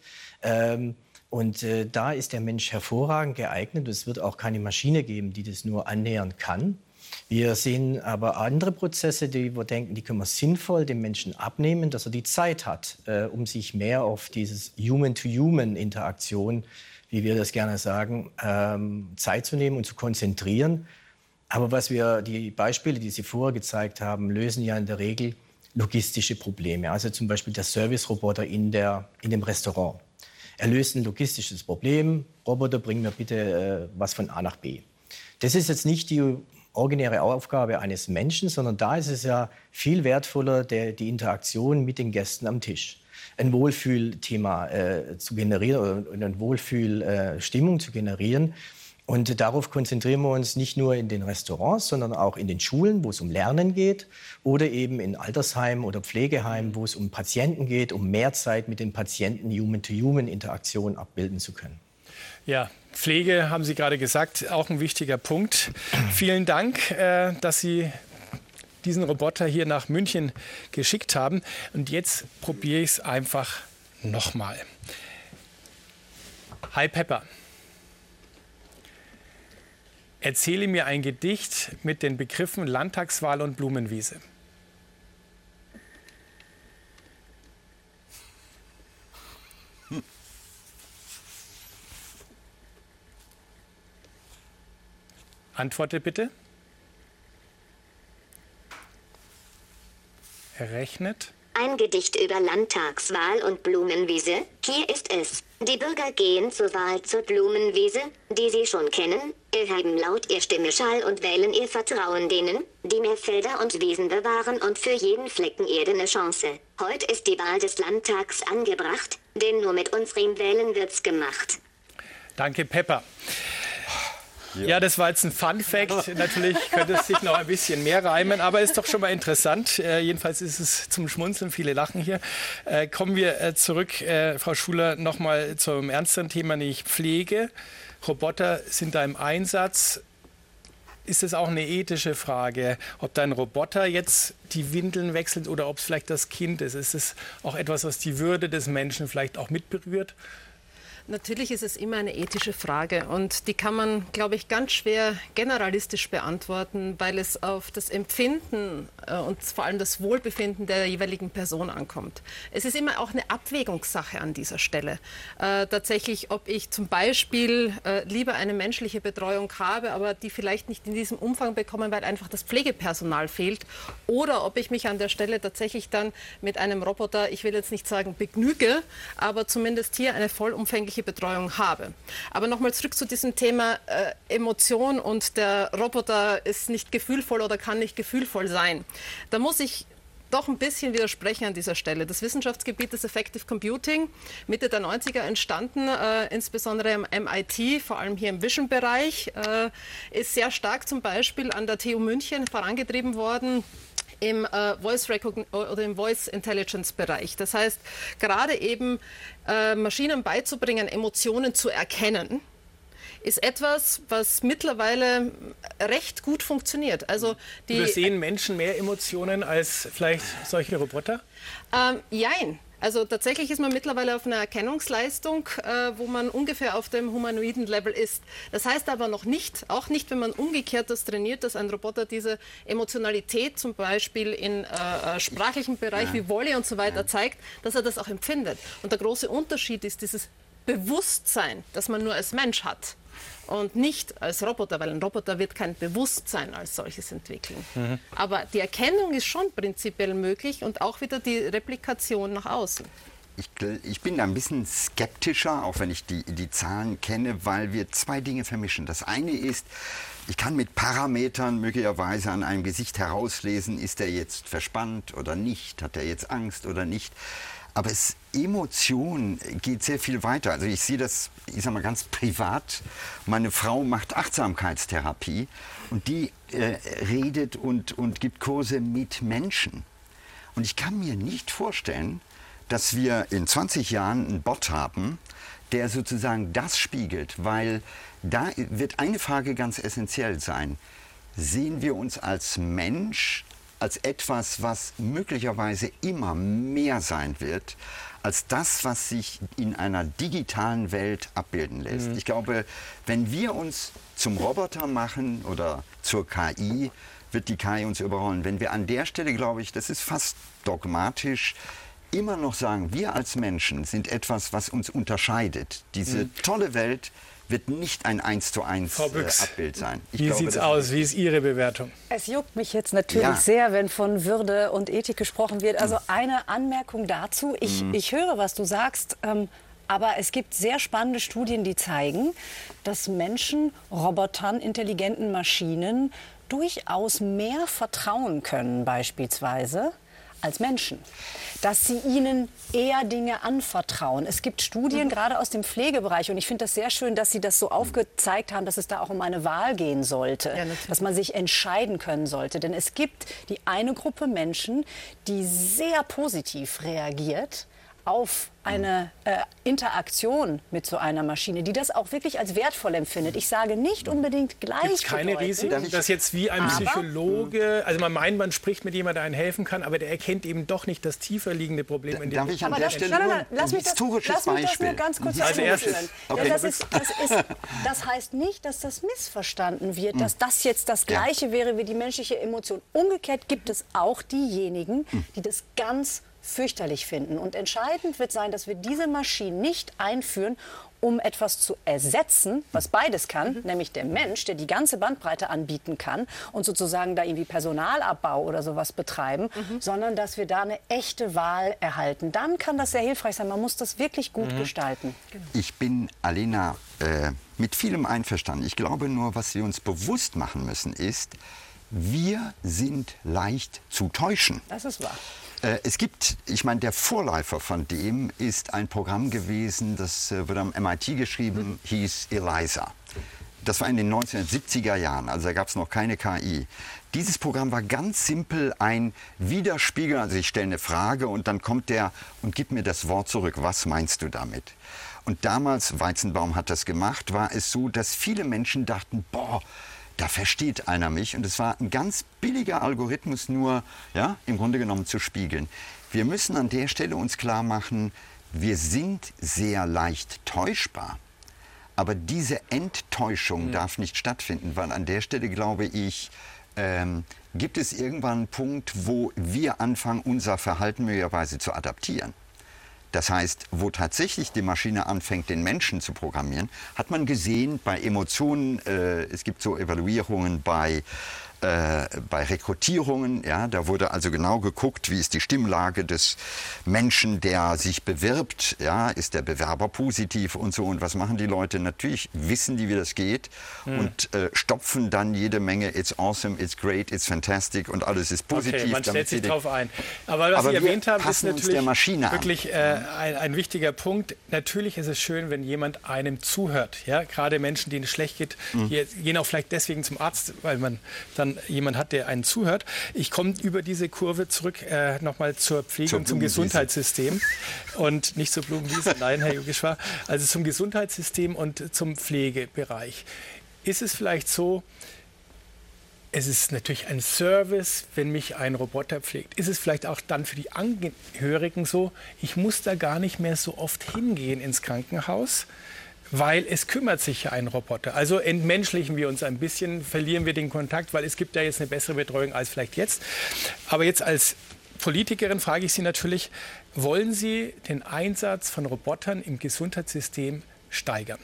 Da ist der Mensch hervorragend geeignet. Es wird auch keine Maschine geben, die das nur annähern kann. Wir sehen aber andere Prozesse, die wir denken, die können wir sinnvoll dem Menschen abnehmen, dass er die Zeit hat, um sich mehr auf dieses Human-to-Human-Interaktion, wie wir das gerne sagen, Zeit zu nehmen und zu konzentrieren. Aber die Beispiele, die Sie vorher gezeigt haben, lösen ja in der Regel logistische Probleme. Also zum Beispiel der Service-Roboter in dem Restaurant. Er löst ein logistisches Problem. Roboter, bring mir bitte was von A nach B. Das ist jetzt nicht die originäre Aufgabe eines Menschen, sondern da ist es ja viel wertvoller, die Interaktion mit den Gästen am Tisch. Ein Wohlfühlthema zu generieren oder eine Wohlfühlstimmung zu generieren. Und darauf konzentrieren wir uns nicht nur in den Restaurants, sondern auch in den Schulen, wo es um Lernen geht, oder eben in Altersheimen oder Pflegeheimen, wo es um Patienten geht, um mehr Zeit mit den Patienten Human-to-Human-Interaktion abbilden zu können. Ja, Pflege, haben Sie gerade gesagt, auch ein wichtiger Punkt. Vielen Dank, dass Sie diesen Roboter hier nach München geschickt haben. Und jetzt probiere ich es einfach nochmal. Hi Pepper. Erzähle mir ein Gedicht mit den Begriffen Landtagswahl und Blumenwiese. Antworte bitte. Er rechnet. Ein Gedicht über Landtagswahl und Blumenwiese. Hier ist es. Die Bürger gehen zur Wahl zur Blumenwiese, die sie schon kennen, erheben laut ihr Stimmeschall und wählen ihr Vertrauen denen, die mehr Felder und Wiesen bewahren und für jeden Flecken Erde eine Chance. Heute ist die Wahl des Landtags angebracht, denn nur mit unserem Wählen wird's gemacht. Danke, Pepper. Ja, das war jetzt ein Fun-Fact. Natürlich könnte es sich noch ein bisschen mehr reimen, aber ist doch schon mal interessant. Jedenfalls ist es zum Schmunzeln, viele lachen hier. Kommen wir zurück, Frau Schuler, noch mal zum ernsteren Thema, nämlich Pflege. Roboter sind da im Einsatz. Ist es auch eine ethische Frage, ob da ein Roboter jetzt die Windeln wechselt oder ob es vielleicht das Kind ist? Ist es auch etwas, was die Würde des Menschen vielleicht auch mitberührt? Natürlich ist es immer eine ethische Frage und die kann man, glaube ich, ganz schwer generalistisch beantworten, weil es auf das Empfinden und vor allem das Wohlbefinden der jeweiligen Person ankommt. Es ist immer auch eine Abwägungssache an dieser Stelle. Tatsächlich, ob ich zum Beispiel lieber eine menschliche Betreuung habe, aber die vielleicht nicht in diesem Umfang bekomme, weil einfach das Pflegepersonal fehlt, oder ob ich mich an der Stelle tatsächlich dann mit einem Roboter, ich will jetzt nicht sagen begnüge, aber zumindest hier eine vollumfängliche Betreuung habe. Aber nochmal zurück zu diesem Thema Emotion und der Roboter ist nicht gefühlvoll oder kann nicht gefühlvoll sein. Da muss ich doch ein bisschen widersprechen an dieser Stelle. Das Wissenschaftsgebiet des Effective Computing, Mitte der 90er entstanden, insbesondere am MIT, vor allem hier im Vision-Bereich, ist sehr stark zum Beispiel an der TU München vorangetrieben worden, im Voice Intelligence Bereich. Das heißt, gerade eben Maschinen beizubringen, Emotionen zu erkennen, ist etwas, was mittlerweile recht gut funktioniert. Also übersehen Menschen mehr Emotionen als vielleicht solche Roboter? Jein. Also tatsächlich ist man mittlerweile auf einer Erkennungsleistung, wo man ungefähr auf dem humanoiden Level ist. Das heißt aber noch nicht, auch nicht, wenn man umgekehrt das trainiert, dass ein Roboter diese Emotionalität zum Beispiel in sprachlichen Bereich wie Volley und so weiter zeigt, dass er das auch empfindet. Und der große Unterschied ist dieses Bewusstsein, das man nur als Mensch hat. Und nicht als Roboter, weil ein Roboter wird kein Bewusstsein als solches entwickeln. Aber die Erkennung ist schon prinzipiell möglich und auch wieder die Replikation nach außen. Ich bin da ein bisschen skeptischer, auch wenn ich die Zahlen kenne, weil wir zwei Dinge vermischen. Das eine ist, ich kann mit Parametern möglicherweise an einem Gesicht herauslesen, ist er jetzt verspannt oder nicht, hat er jetzt Angst oder nicht. Aber Emotion geht sehr viel weiter. Also ich sehe das, ich sage mal ganz privat. Meine Frau macht Achtsamkeitstherapie und die redet und gibt Kurse mit Menschen. Und ich kann mir nicht vorstellen, dass wir in 20 Jahren einen Bot haben, der sozusagen das spiegelt. Weil da wird eine Frage ganz essentiell sein. Sehen wir uns als Mensch, als etwas, was möglicherweise immer mehr sein wird, als das, was sich in einer digitalen Welt abbilden lässt. Ich glaube, wenn wir uns zum Roboter machen oder zur KI, wird die KI uns überrollen. Wenn wir an der Stelle, glaube ich, das ist fast dogmatisch, immer noch sagen, wir als Menschen sind etwas, was uns unterscheidet. Diese tolle Welt wird nicht ein 1:1 Abbild sein. Wie sieht es aus? Wie ist Ihre Bewertung? Es juckt mich jetzt natürlich sehr, wenn von Würde und Ethik gesprochen wird. Also eine Anmerkung dazu. Ich höre, was du sagst, aber es gibt sehr spannende Studien, die zeigen, dass Menschen Robotern, intelligenten Maschinen durchaus mehr vertrauen können beispielsweise als Menschen, dass sie ihnen eher Dinge anvertrauen. Es gibt Studien, gerade aus dem Pflegebereich, und ich finde das sehr schön, dass Sie das so aufgezeigt haben, dass es da auch um eine Wahl gehen sollte, dass man sich entscheiden können sollte. Denn es gibt die eine Gruppe Menschen, die sehr positiv reagiert auf eine Interaktion mit so einer Maschine, die das auch wirklich als wertvoll empfindet. Ich sage nicht unbedingt gleichbedeutend. Gibt es keine Risiken, dass jetzt wie ein Psychologe, also man meint, man spricht mit jemandem, der einem helfen kann, aber der erkennt eben doch nicht das tiefer liegende Problem. In dem Darf ich an der Stelle nur ein historisches Beispiel? Lass mich das nur ganz kurz ausführen. Das heißt nicht, dass das missverstanden wird, dass das jetzt das Gleiche wäre wie die menschliche Emotion. Umgekehrt gibt es auch diejenigen, die das ganz fürchterlich finden. Und entscheidend wird sein, dass wir diese Maschinen nicht einführen, um etwas zu ersetzen, was beides kann, nämlich der Mensch, der die ganze Bandbreite anbieten kann und sozusagen da irgendwie Personalabbau oder sowas betreiben, sondern dass wir da eine echte Wahl erhalten. Dann kann das sehr hilfreich sein. Man muss das wirklich gut gestalten. Ich bin, Alena, mit vielem einverstanden. Ich glaube nur, was wir uns bewusst machen müssen, ist, wir sind leicht zu täuschen. Das ist wahr. Es gibt, ich meine, der Vorläufer von dem ist ein Programm gewesen, das wurde am MIT geschrieben, hieß ELIZA. Das war in den 1970er Jahren, also da gab es noch keine KI. Dieses Programm war ganz simpel ein Widerspiegel, also ich stelle eine Frage und dann kommt der und gibt mir das Wort zurück. Was meinst du damit? Und damals, Weizenbaum hat das gemacht, war es so, dass viele Menschen dachten, boah, da versteht einer mich. Und es war ein ganz billiger Algorithmus, nur ja, im Grunde genommen zu spiegeln. Wir müssen an der Stelle uns klar machen, wir sind sehr leicht täuschbar. Aber diese Enttäuschung darf nicht stattfinden, weil an der Stelle, glaube ich, gibt es irgendwann einen Punkt, wo wir anfangen, unser Verhalten möglicherweise zu adaptieren. Das heißt, wo tatsächlich die Maschine anfängt, den Menschen zu programmieren, hat man gesehen bei Emotionen, es gibt so Evaluierungen bei Rekrutierungen, ja, da wurde also genau geguckt, wie ist die Stimmlage des Menschen, der sich bewirbt, ja, ist der Bewerber positiv und so, und was machen die Leute? Natürlich wissen die, wie das geht und stopfen dann jede Menge, it's awesome, it's great, it's fantastic und alles ist positiv. Okay, man stellt sich drauf ein. Aber was Sie erwähnt haben, ist natürlich wirklich ein wichtiger Punkt. Natürlich ist es schön, wenn jemand einem zuhört, ja, gerade Menschen, denen es schlecht geht, die gehen auch vielleicht deswegen zum Arzt, weil man dann jemand hat, der einen zuhört. Ich komme über diese Kurve zurück nochmal zur Pflege und zum Gesundheitssystem. Und nicht zur Blumenwiese, nein, Herr Yogeshwar, also zum Gesundheitssystem und zum Pflegebereich. Ist es vielleicht so, es ist natürlich ein Service, wenn mich ein Roboter pflegt. Ist es vielleicht auch dann für die Angehörigen so, ich muss da gar nicht mehr so oft hingehen ins Krankenhaus, weil es kümmert sich ja ein Roboter. Also entmenschlichen wir uns ein bisschen, verlieren wir den Kontakt, weil es gibt ja jetzt eine bessere Betreuung als vielleicht jetzt. Aber jetzt als Politikerin frage ich Sie natürlich, wollen Sie den Einsatz von Robotern im Gesundheitssystem steigern?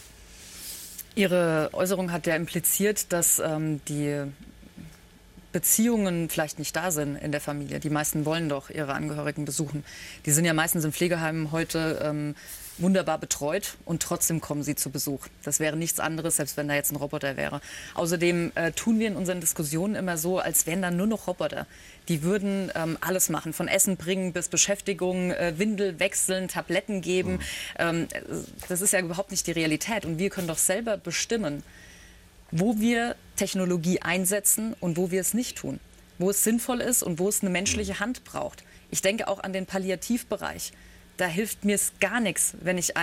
Ihre Äußerung hat ja impliziert, dass die Beziehungen vielleicht nicht da sind in der Familie. Die meisten wollen doch ihre Angehörigen besuchen. Die sind ja meistens in Pflegeheimen heute wunderbar betreut und trotzdem kommen sie zu Besuch. Das wäre nichts anderes, selbst wenn da jetzt ein Roboter wäre. Außerdem tun wir in unseren Diskussionen immer so, als wären da nur noch Roboter. Die würden alles machen, von Essen bringen bis Beschäftigung, Windel wechseln, Tabletten geben. Das ist ja überhaupt nicht die Realität. Und wir können doch selber bestimmen, wo wir Technologie einsetzen und wo wir es nicht tun. Wo es sinnvoll ist und wo es eine menschliche Hand braucht. Ich denke auch an den Palliativbereich. Da hilft mir es gar nichts, wenn ich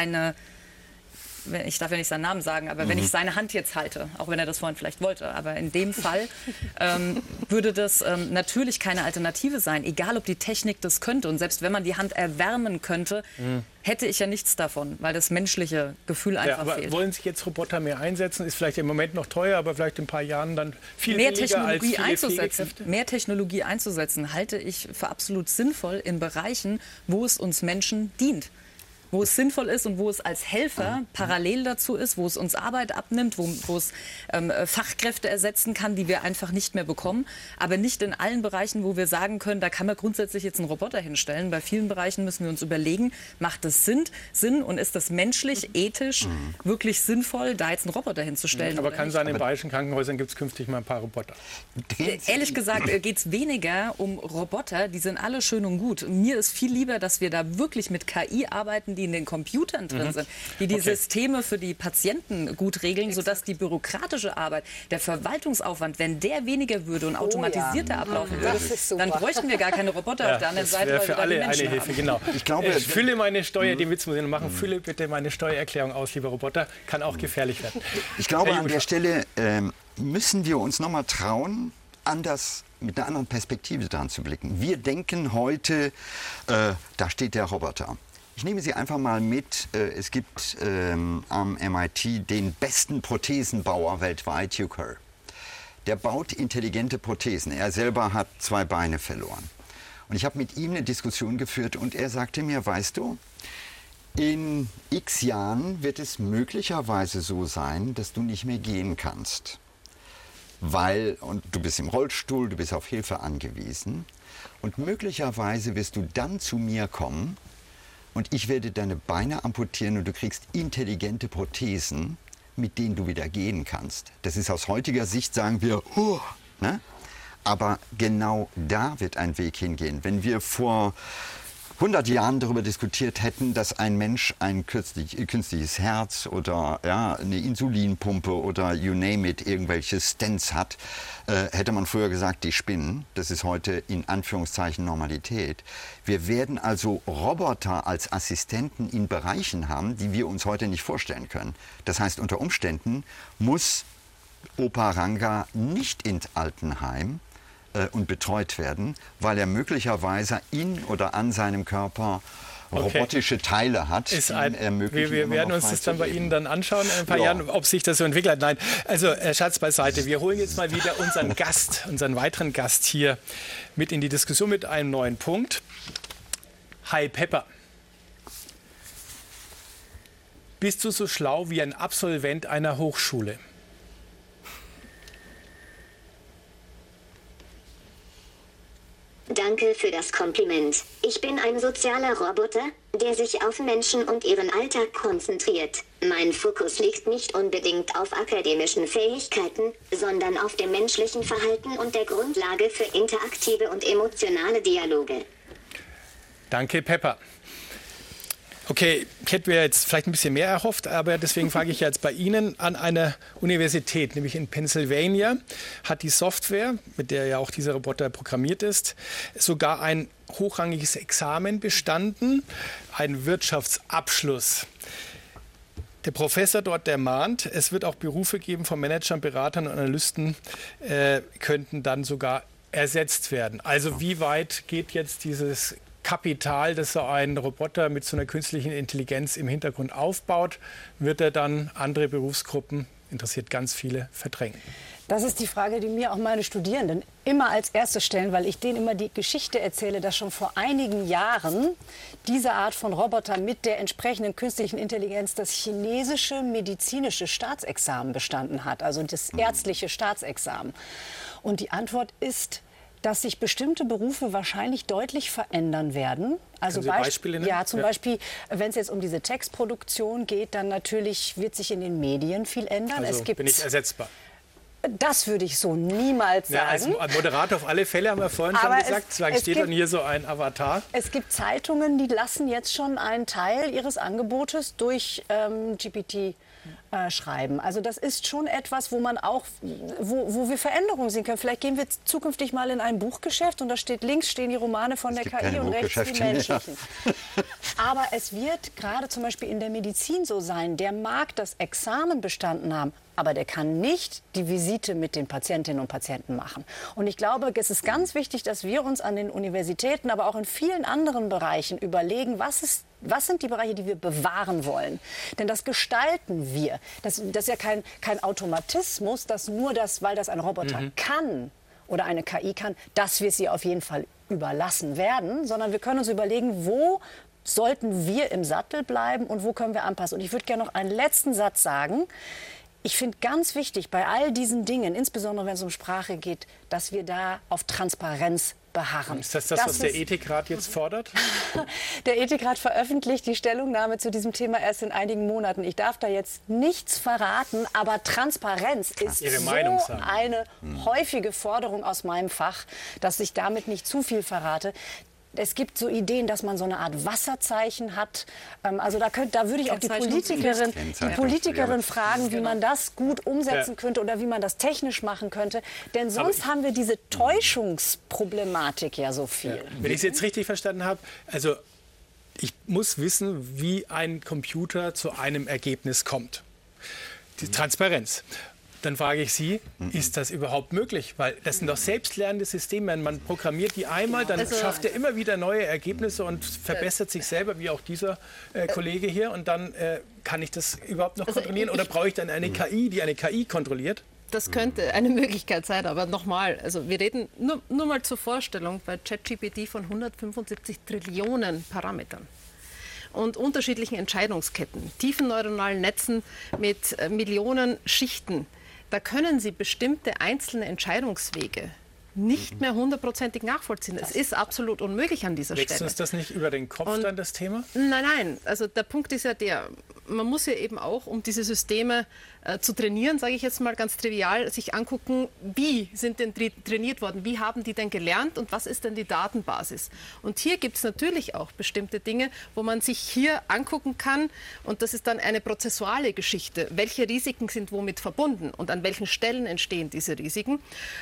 ich darf ja nicht seinen Namen sagen, aber wenn ich seine Hand jetzt halte, auch wenn er das vorhin vielleicht wollte. Aber in dem Fall würde das natürlich keine Alternative sein, egal ob die Technik das könnte. Und selbst wenn man die Hand erwärmen könnte, hätte ich ja nichts davon, weil das menschliche Gefühl einfach fehlt. Wollen sich jetzt Roboter mehr einsetzen? Ist vielleicht im Moment noch teuer, aber vielleicht in ein paar Jahren dann viel billiger als viele Pflegekräfte? Mehr Technologie einzusetzen, halte ich für absolut sinnvoll in Bereichen, wo es uns Menschen dient. Wo es sinnvoll ist und wo es als Helfer parallel dazu ist, wo es uns Arbeit abnimmt, wo es Fachkräfte ersetzen kann, die wir einfach nicht mehr bekommen. Aber nicht in allen Bereichen, wo wir sagen können, da kann man grundsätzlich jetzt einen Roboter hinstellen. Bei vielen Bereichen müssen wir uns überlegen, macht es Sinn und ist das menschlich, ethisch wirklich sinnvoll, da jetzt einen Roboter hinzustellen? Aber kann sein, in bayerischen Krankenhäusern gibt es künftig mal ein paar Roboter. Ehrlich gesagt geht es weniger um Roboter, die sind alle schön und gut. Mir ist viel lieber, dass wir da wirklich mit KI arbeiten, die in den Computern drin sind, die Systeme für die Patienten gut regeln, sodass die bürokratische Arbeit, der Verwaltungsaufwand, wenn der weniger würde und automatisierter ablaufen würde, dann bräuchten wir gar keine Roboter auf der anderen Seite. Das wäre für alle eine Hilfe, genau. Ich glaube, fülle meine Steuer, den Witz muss ich noch machen, fülle bitte meine Steuererklärung aus, lieber Roboter, kann auch gefährlich werden. Ich glaube, an der Stelle müssen wir uns noch mal trauen, mit einer anderen Perspektive dran zu blicken. Wir denken heute, da steht der Roboter. Ich nehme Sie einfach mal mit. Es gibt am MIT den besten Prothesenbauer weltweit, Hugh Kerr. Der baut intelligente Prothesen. Er selber hat 2 Beine verloren. Und ich habe mit ihm eine Diskussion geführt und er sagte mir, weißt du, in x Jahren wird es möglicherweise so sein, dass du nicht mehr gehen kannst. Und du bist im Rollstuhl, du bist auf Hilfe angewiesen. Und möglicherweise wirst du dann zu mir kommen und ich werde deine Beine amputieren und du kriegst intelligente Prothesen, mit denen du wieder gehen kannst. Das ist aus heutiger Sicht, sagen wir, ne? Aber genau da wird ein Weg hingehen. Wenn wir vor 100 Jahren darüber diskutiert hätten, dass ein Mensch ein künstliches Herz oder eine Insulinpumpe oder you name it, irgendwelche Stents hat, hätte man früher gesagt, die spinnen. Das ist heute in Anführungszeichen Normalität. Wir werden also Roboter als Assistenten in Bereichen haben, die wir uns heute nicht vorstellen können. Das heißt, unter Umständen muss Opa Ranga nicht ins Altenheim und betreut werden, weil er möglicherweise in oder an seinem Körper robotische Teile hat. Wir werden uns das dann bei Ihnen dann anschauen in ein paar Jahren, ob sich das so entwickelt hat. Nein, also Scherz beiseite. Wir holen jetzt mal wieder unseren Gast, unseren weiteren Gast hier mit in die Diskussion mit einem neuen Punkt. Hi Pepper. Bist du so schlau wie ein Absolvent einer Hochschule? Danke für das Kompliment. Ich bin ein sozialer Roboter, der sich auf Menschen und ihren Alltag konzentriert. Mein Fokus liegt nicht unbedingt auf akademischen Fähigkeiten, sondern auf dem menschlichen Verhalten und der Grundlage für interaktive und emotionale Dialoge. Danke, Pepper. Okay, ich hätte mir jetzt vielleicht ein bisschen mehr erhofft, aber deswegen frage ich jetzt bei Ihnen an einer Universität, nämlich in Pennsylvania, hat die Software, mit der ja auch dieser Roboter programmiert ist, sogar ein hochrangiges Examen bestanden, einen Wirtschaftsabschluss. Der Professor dort, der mahnt, es wird auch Berufe geben von Managern, Beratern und Analysten, könnten dann sogar ersetzt werden. Also wie weit geht jetzt dieses Kapital, das so ein Roboter mit so einer künstlichen Intelligenz im Hintergrund aufbaut, wird er dann andere Berufsgruppen, interessiert ganz viele, verdrängen? Das ist die Frage, die mir auch meine Studierenden immer als erstes stellen, weil ich denen immer die Geschichte erzähle, dass schon vor einigen Jahren diese Art von Roboter mit der entsprechenden künstlichen Intelligenz das chinesische medizinische Staatsexamen bestanden hat, also das ärztliche Staatsexamen. Und die Antwort ist, dass sich bestimmte Berufe wahrscheinlich deutlich verändern werden. Also Beispiele nennen? Ja, zum Beispiel, wenn es jetzt um diese Textproduktion geht, dann natürlich wird sich in den Medien viel ändern. Also bin ich ersetzbar? Das würde ich so niemals sagen. Als Moderator auf alle Fälle, haben wir vorhin schon gesagt. Da steht dann hier so ein Avatar. Es gibt Zeitungen, die lassen jetzt schon einen Teil ihres Angebotes durch GPT schreiben. Also das ist schon etwas, wo man auch, wo wir Veränderungen sehen können. Vielleicht gehen wir zukünftig mal in ein Buchgeschäft und da steht links stehen die Romane von der KI und rechts die menschlichen. Ja. Aber es wird gerade zum Beispiel in der Medizin so sein, der mag das Examen bestanden haben, aber der kann nicht die Visite mit den Patientinnen und Patienten machen. Und ich glaube, es ist ganz wichtig, dass wir uns an den Universitäten, aber auch in vielen anderen Bereichen überlegen, was sind die Bereiche, die wir bewahren wollen. Denn das gestalten wir. Das ist ja kein Automatismus, dass nur das, weil das ein Roboter kann oder eine KI kann, dass wir sie auf jeden Fall überlassen werden, sondern wir können uns überlegen, wo sollten wir im Sattel bleiben und wo können wir anpassen. Und ich würde gerne noch einen letzten Satz sagen. Ich finde ganz wichtig bei all diesen Dingen, insbesondere wenn es um Sprache geht, dass wir da auf Transparenz beharren. Ist das, was der Ethikrat jetzt fordert? Der Ethikrat veröffentlicht die Stellungnahme zu diesem Thema erst in einigen Monaten. Ich darf da jetzt nichts verraten, aber Transparenz ist so eine häufige Forderung aus meinem Fach, dass ich damit nicht zu viel verrate. Es gibt so Ideen, dass man so eine Art Wasserzeichen hat. Also da würde ich auch die Politikerin fragen, wie man das gut umsetzen könnte oder wie man das technisch machen könnte. Denn sonst haben wir diese Täuschungsproblematik ja so viel. Ja. Wenn ich es jetzt richtig verstanden habe, also ich muss wissen, wie ein Computer zu einem Ergebnis kommt. Die Transparenz. Dann frage ich Sie, ist das überhaupt möglich? Weil das sind doch selbstlernende Systeme. Man programmiert die einmal, dann schafft er immer wieder neue Ergebnisse und verbessert sich selber, wie auch dieser Kollege hier. Und dann kann ich das überhaupt noch kontrollieren? Oder brauche ich dann eine KI, die eine KI kontrolliert? Das könnte eine Möglichkeit sein, aber nochmal, also wir reden nur mal zur Vorstellung bei ChatGPT von 175 Trillionen Parametern und unterschiedlichen Entscheidungsketten, tiefen neuronalen Netzen mit Millionen Schichten. Da können Sie bestimmte einzelne Entscheidungswege nicht mehr hundertprozentig nachvollziehen. Es ist absolut unmöglich an dieser Stelle. Wächst uns das nicht über den Kopf dann, das Thema? Nein. Also der Punkt ist ja der, man muss ja eben auch, um diese Systeme zu trainieren, sage ich jetzt mal ganz trivial, sich angucken, wie sind denn trainiert worden, wie haben die denn gelernt und was ist denn die Datenbasis. Und hier gibt es natürlich auch bestimmte Dinge, wo man sich hier angucken kann und das ist dann eine prozessuale Geschichte. Welche Risiken sind womit verbunden und an welchen Stellen entstehen diese Risiken?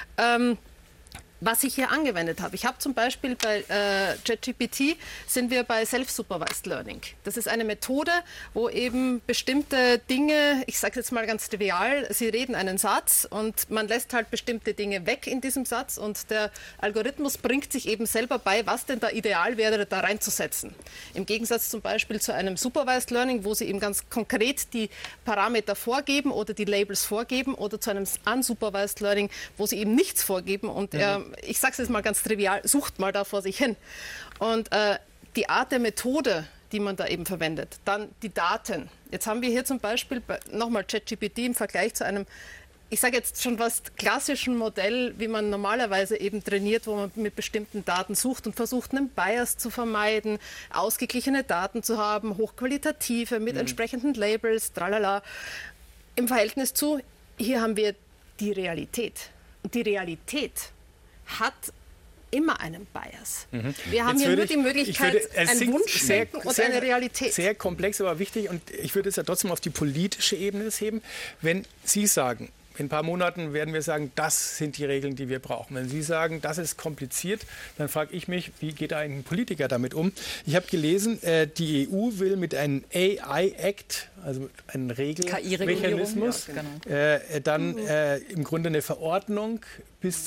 Was ich hier angewendet habe. Ich habe zum Beispiel bei ChatGPT sind wir bei Self-Supervised Learning. Das ist eine Methode, wo eben bestimmte Dinge, ich sage jetzt mal ganz trivial, Sie reden einen Satz und man lässt halt bestimmte Dinge weg in diesem Satz und der Algorithmus bringt sich eben selber bei, was denn da ideal wäre, da reinzusetzen. Im Gegensatz zum Beispiel zu einem Supervised Learning, wo Sie eben ganz konkret die Parameter vorgeben oder die Labels vorgeben oder zu einem Unsupervised Learning, wo Sie eben nichts vorgeben und ich sage es jetzt mal ganz trivial, sucht mal da vor sich hin. Und die Art der Methode, die man da eben verwendet, dann die Daten. Jetzt haben wir hier zum Beispiel nochmal ChatGPT im Vergleich zu einem, ich sage jetzt schon fast klassischen Modell, wie man normalerweise eben trainiert, wo man mit bestimmten Daten sucht und versucht, einen Bias zu vermeiden, ausgeglichene Daten zu haben, hochqualitative, mit entsprechenden Labels, tralala. Im Verhältnis zu, hier haben wir die Realität. Und die Realität hat immer einen Bias. Wir haben hier nur die Möglichkeit, ein Wunschdenken und eine Realität. Sehr komplex, aber wichtig. Und ich würde es ja trotzdem auf die politische Ebene heben. Wenn Sie sagen, in ein paar Monaten werden wir sagen, das sind die Regeln, die wir brauchen. Wenn Sie sagen, das ist kompliziert, dann frage ich mich, wie geht ein Politiker damit um? Ich habe gelesen, die EU will mit einem AI-Act, also einem Regelmechanismus, dann im Grunde eine Verordnung bis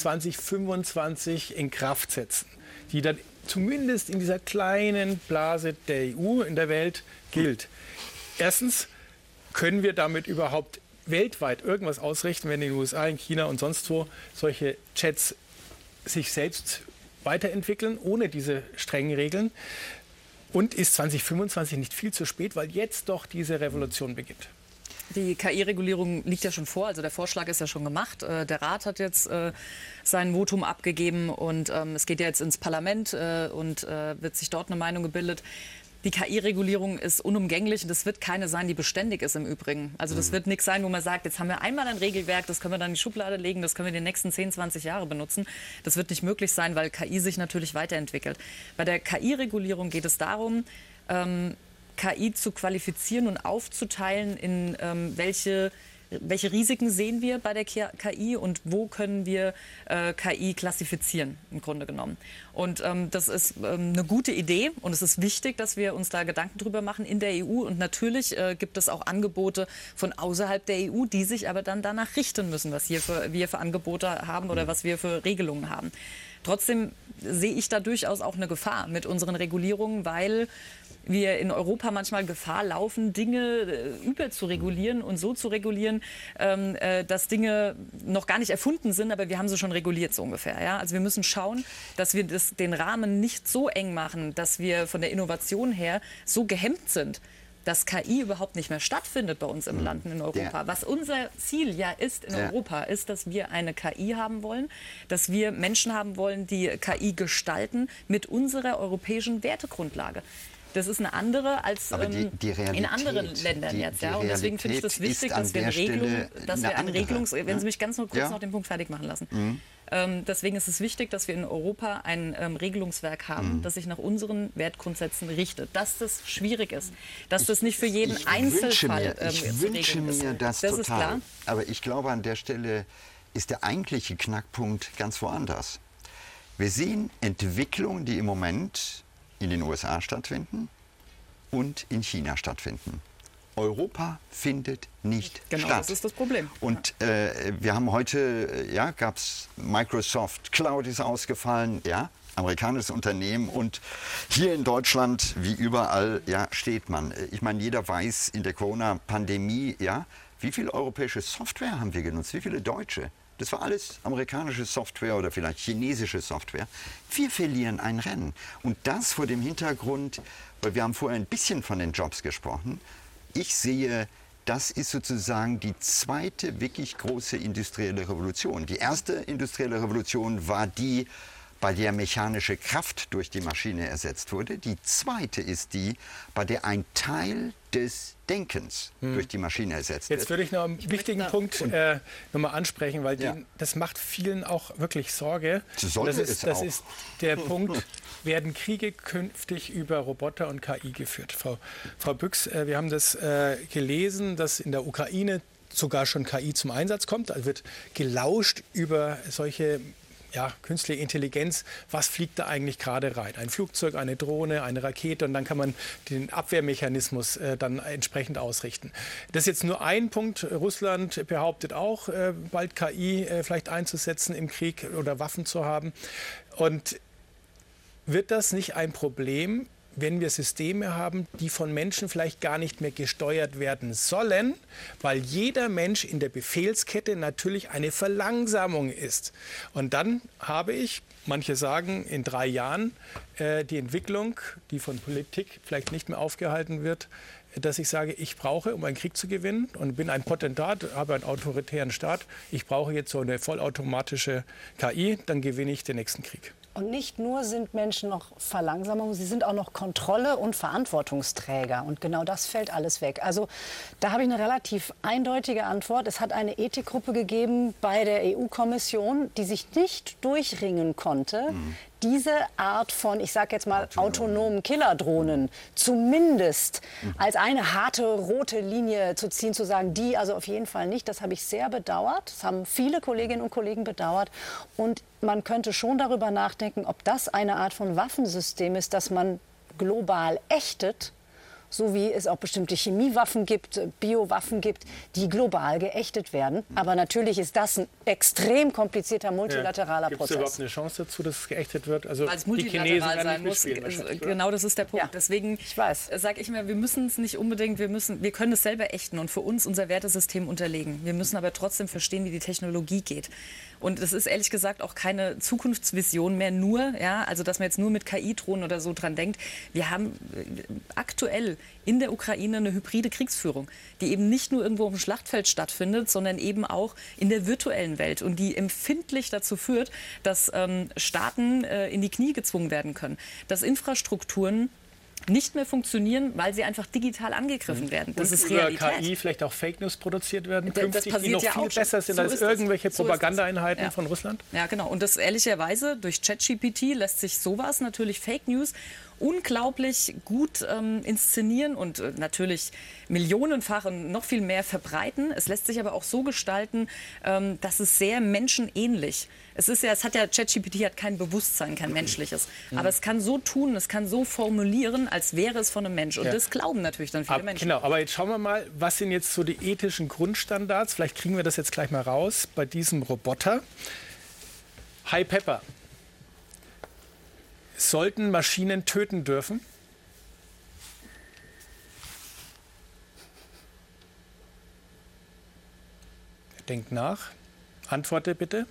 2025 in Kraft setzen, die dann zumindest in dieser kleinen Blase der EU in der Welt gilt. Erstens, können wir damit überhaupt weltweit irgendwas ausrichten, wenn in den USA, in China und sonst wo solche Chats sich selbst weiterentwickeln, ohne diese strengen Regeln? Und ist 2025 nicht viel zu spät, weil jetzt doch diese Revolution beginnt? Die KI-Regulierung liegt ja schon vor, also der Vorschlag ist ja schon gemacht. Der Rat hat jetzt sein Votum abgegeben und es geht ja jetzt ins Parlament und wird sich dort eine Meinung gebildet. Die KI-Regulierung ist unumgänglich und das wird keine sein, die beständig ist im Übrigen. Also das wird nichts sein, wo man sagt, jetzt haben wir einmal ein Regelwerk, das können wir dann in die Schublade legen, das können wir die nächsten 10, 20 Jahre benutzen. Das wird nicht möglich sein, weil KI sich natürlich weiterentwickelt. Bei der KI-Regulierung geht es darum, KI zu qualifizieren und aufzuteilen in welche Risiken sehen wir bei der KI und wo können wir KI klassifizieren, im Grunde genommen. Und das ist eine gute Idee und es ist wichtig, dass wir uns da Gedanken drüber machen in der EU. Und natürlich gibt es auch Angebote von außerhalb der EU, die sich aber dann danach richten müssen, was wir für Angebote haben oder was wir für Regelungen haben. Trotzdem sehe ich da durchaus auch eine Gefahr mit unseren Regulierungen, weil wir in Europa manchmal Gefahr laufen, Dinge überzuregulieren und so zu regulieren, dass Dinge noch gar nicht erfunden sind, aber wir haben sie schon reguliert, so ungefähr. Ja? Also wir müssen schauen, dass wir den Rahmen nicht so eng machen, dass wir von der Innovation her so gehemmt sind, dass KI überhaupt nicht mehr stattfindet bei uns im Land in Europa. Was unser Ziel ja ist in Europa, ist, dass wir eine KI haben wollen, dass wir Menschen haben wollen, die KI gestalten mit unserer europäischen Wertegrundlage. Das ist eine andere als in anderen Ländern jetzt. Ja? Und deswegen finde ich das wichtig, dass wir eine Regelung, wenn Sie mich ganz nur kurz noch den Punkt fertig machen lassen. Deswegen ist es wichtig, dass wir in Europa ein Regelungswerk haben, das sich nach unseren Wertgrundsätzen richtet. Dass das schwierig ist, dass das nicht für jeden Einzelfall Ich wünsche mir das total. Ist klar. Aber ich glaube, an der Stelle ist der eigentliche Knackpunkt ganz woanders. Wir sehen Entwicklungen, die im Moment in den USA stattfinden und in China stattfinden. Europa findet nicht statt. Genau, das ist das Problem. Und wir haben heute, gab es Microsoft Cloud ist ausgefallen, amerikanisches Unternehmen. Und hier in Deutschland, wie überall, steht man. Ich meine, jeder weiß, in der Corona-Pandemie, Wie viel europäische Software haben wir genutzt? Wie viele deutsche? Das war alles amerikanische Software oder vielleicht chinesische Software. Wir verlieren ein Rennen. Und das vor dem Hintergrund, weil wir haben vorher ein bisschen von den Jobs gesprochen. Ich sehe, das ist sozusagen die zweite wirklich große industrielle Revolution. Die erste industrielle Revolution war die, bei der mechanische Kraft durch die Maschine ersetzt wurde. Die zweite ist die, bei der ein Teil des Denkens durch die Maschine ersetzt wird. Jetzt würde ich noch einen wichtigen Punkt nochmal ansprechen, weil das macht vielen auch wirklich Sorge. Das ist der Punkt, werden Kriege künftig über Roboter und KI geführt? Frau Büchs, wir haben das gelesen, dass in der Ukraine sogar schon KI zum Einsatz kommt. Da wird gelauscht über solche künstliche Intelligenz, was fliegt da eigentlich gerade rein? Ein Flugzeug, eine Drohne, eine Rakete und dann kann man den Abwehrmechanismus dann entsprechend ausrichten. Das ist jetzt nur ein Punkt. Russland behauptet auch, bald KI vielleicht einzusetzen im Krieg oder Waffen zu haben. Und wird das nicht ein Problem, wenn wir Systeme haben, die von Menschen vielleicht gar nicht mehr gesteuert werden sollen, weil jeder Mensch in der Befehlskette natürlich eine Verlangsamung ist. Und dann habe ich, manche sagen, in 3 Jahren die Entwicklung, die von Politik vielleicht nicht mehr aufgehalten wird, dass ich sage, ich brauche, um einen Krieg zu gewinnen, und bin ein Potentat, habe einen autoritären Staat, ich brauche jetzt so eine vollautomatische KI, dann gewinne ich den nächsten Krieg. Und nicht nur sind Menschen noch Verlangsamung, sie sind auch noch Kontrolle und Verantwortungsträger. Und genau das fällt alles weg. Also da habe ich eine relativ eindeutige Antwort. Es hat eine Ethikgruppe gegeben bei der EU-Kommission, die sich nicht durchringen konnte, diese Art von, ich sage jetzt mal, autonomen Killerdrohnen zumindest als eine harte rote Linie zu ziehen, zu sagen, die also auf jeden Fall nicht. Das habe ich sehr bedauert. Das haben viele Kolleginnen und Kollegen bedauert. Und man könnte schon darüber nachdenken, ob das eine Art von Waffensystem ist, das man global ächtet, so wie es auch bestimmte Chemiewaffen gibt, Biowaffen gibt, die global geächtet werden. Aber natürlich ist das ein extrem komplizierter multilateraler Prozess. Gibt es überhaupt eine Chance dazu, dass es geächtet wird? Also weil es multilateral sein muss. Genau, das ist der Punkt. Ja. Deswegen sage ich mir, wir müssen es nicht unbedingt, wir können es selber ächten und für uns unser Wertesystem unterlegen. Wir müssen aber trotzdem verstehen, wie die Technologie geht. Und es ist ehrlich gesagt auch keine Zukunftsvision mehr nur, also dass man jetzt nur mit KI-Drohnen oder so dran denkt. Wir haben aktuell in der Ukraine eine hybride Kriegsführung, die eben nicht nur irgendwo auf dem Schlachtfeld stattfindet, sondern eben auch in der virtuellen Welt und die empfindlich dazu führt, dass Staaten in die Knie gezwungen werden können, dass Infrastrukturen nicht mehr funktionieren, weil sie einfach digital angegriffen werden. Das ist Realität. Über KI vielleicht auch Fake News produziert werden, künftig, das die noch viel besser sind als irgendwelche Propagandaeinheiten von Russland? Ja, genau. Und das ehrlicherweise, durch ChatGPT lässt sich sowas, natürlich Fake News, unglaublich gut inszenieren und natürlich millionenfach und noch viel mehr verbreiten. Es lässt sich aber auch so gestalten, dass es sehr menschenähnlich. Es hat ja ChatGPT hat kein Bewusstsein, kein menschliches. Aber es kann so tun, es kann so formulieren, als wäre es von einem Mensch. Und das glauben natürlich dann viele Menschen. Genau, aber jetzt schauen wir mal, was sind jetzt so die ethischen Grundstandards? Vielleicht kriegen wir das jetzt gleich mal raus bei diesem Roboter. Hi Pepper. Sollten Maschinen töten dürfen? Denkt nach. Antworte bitte.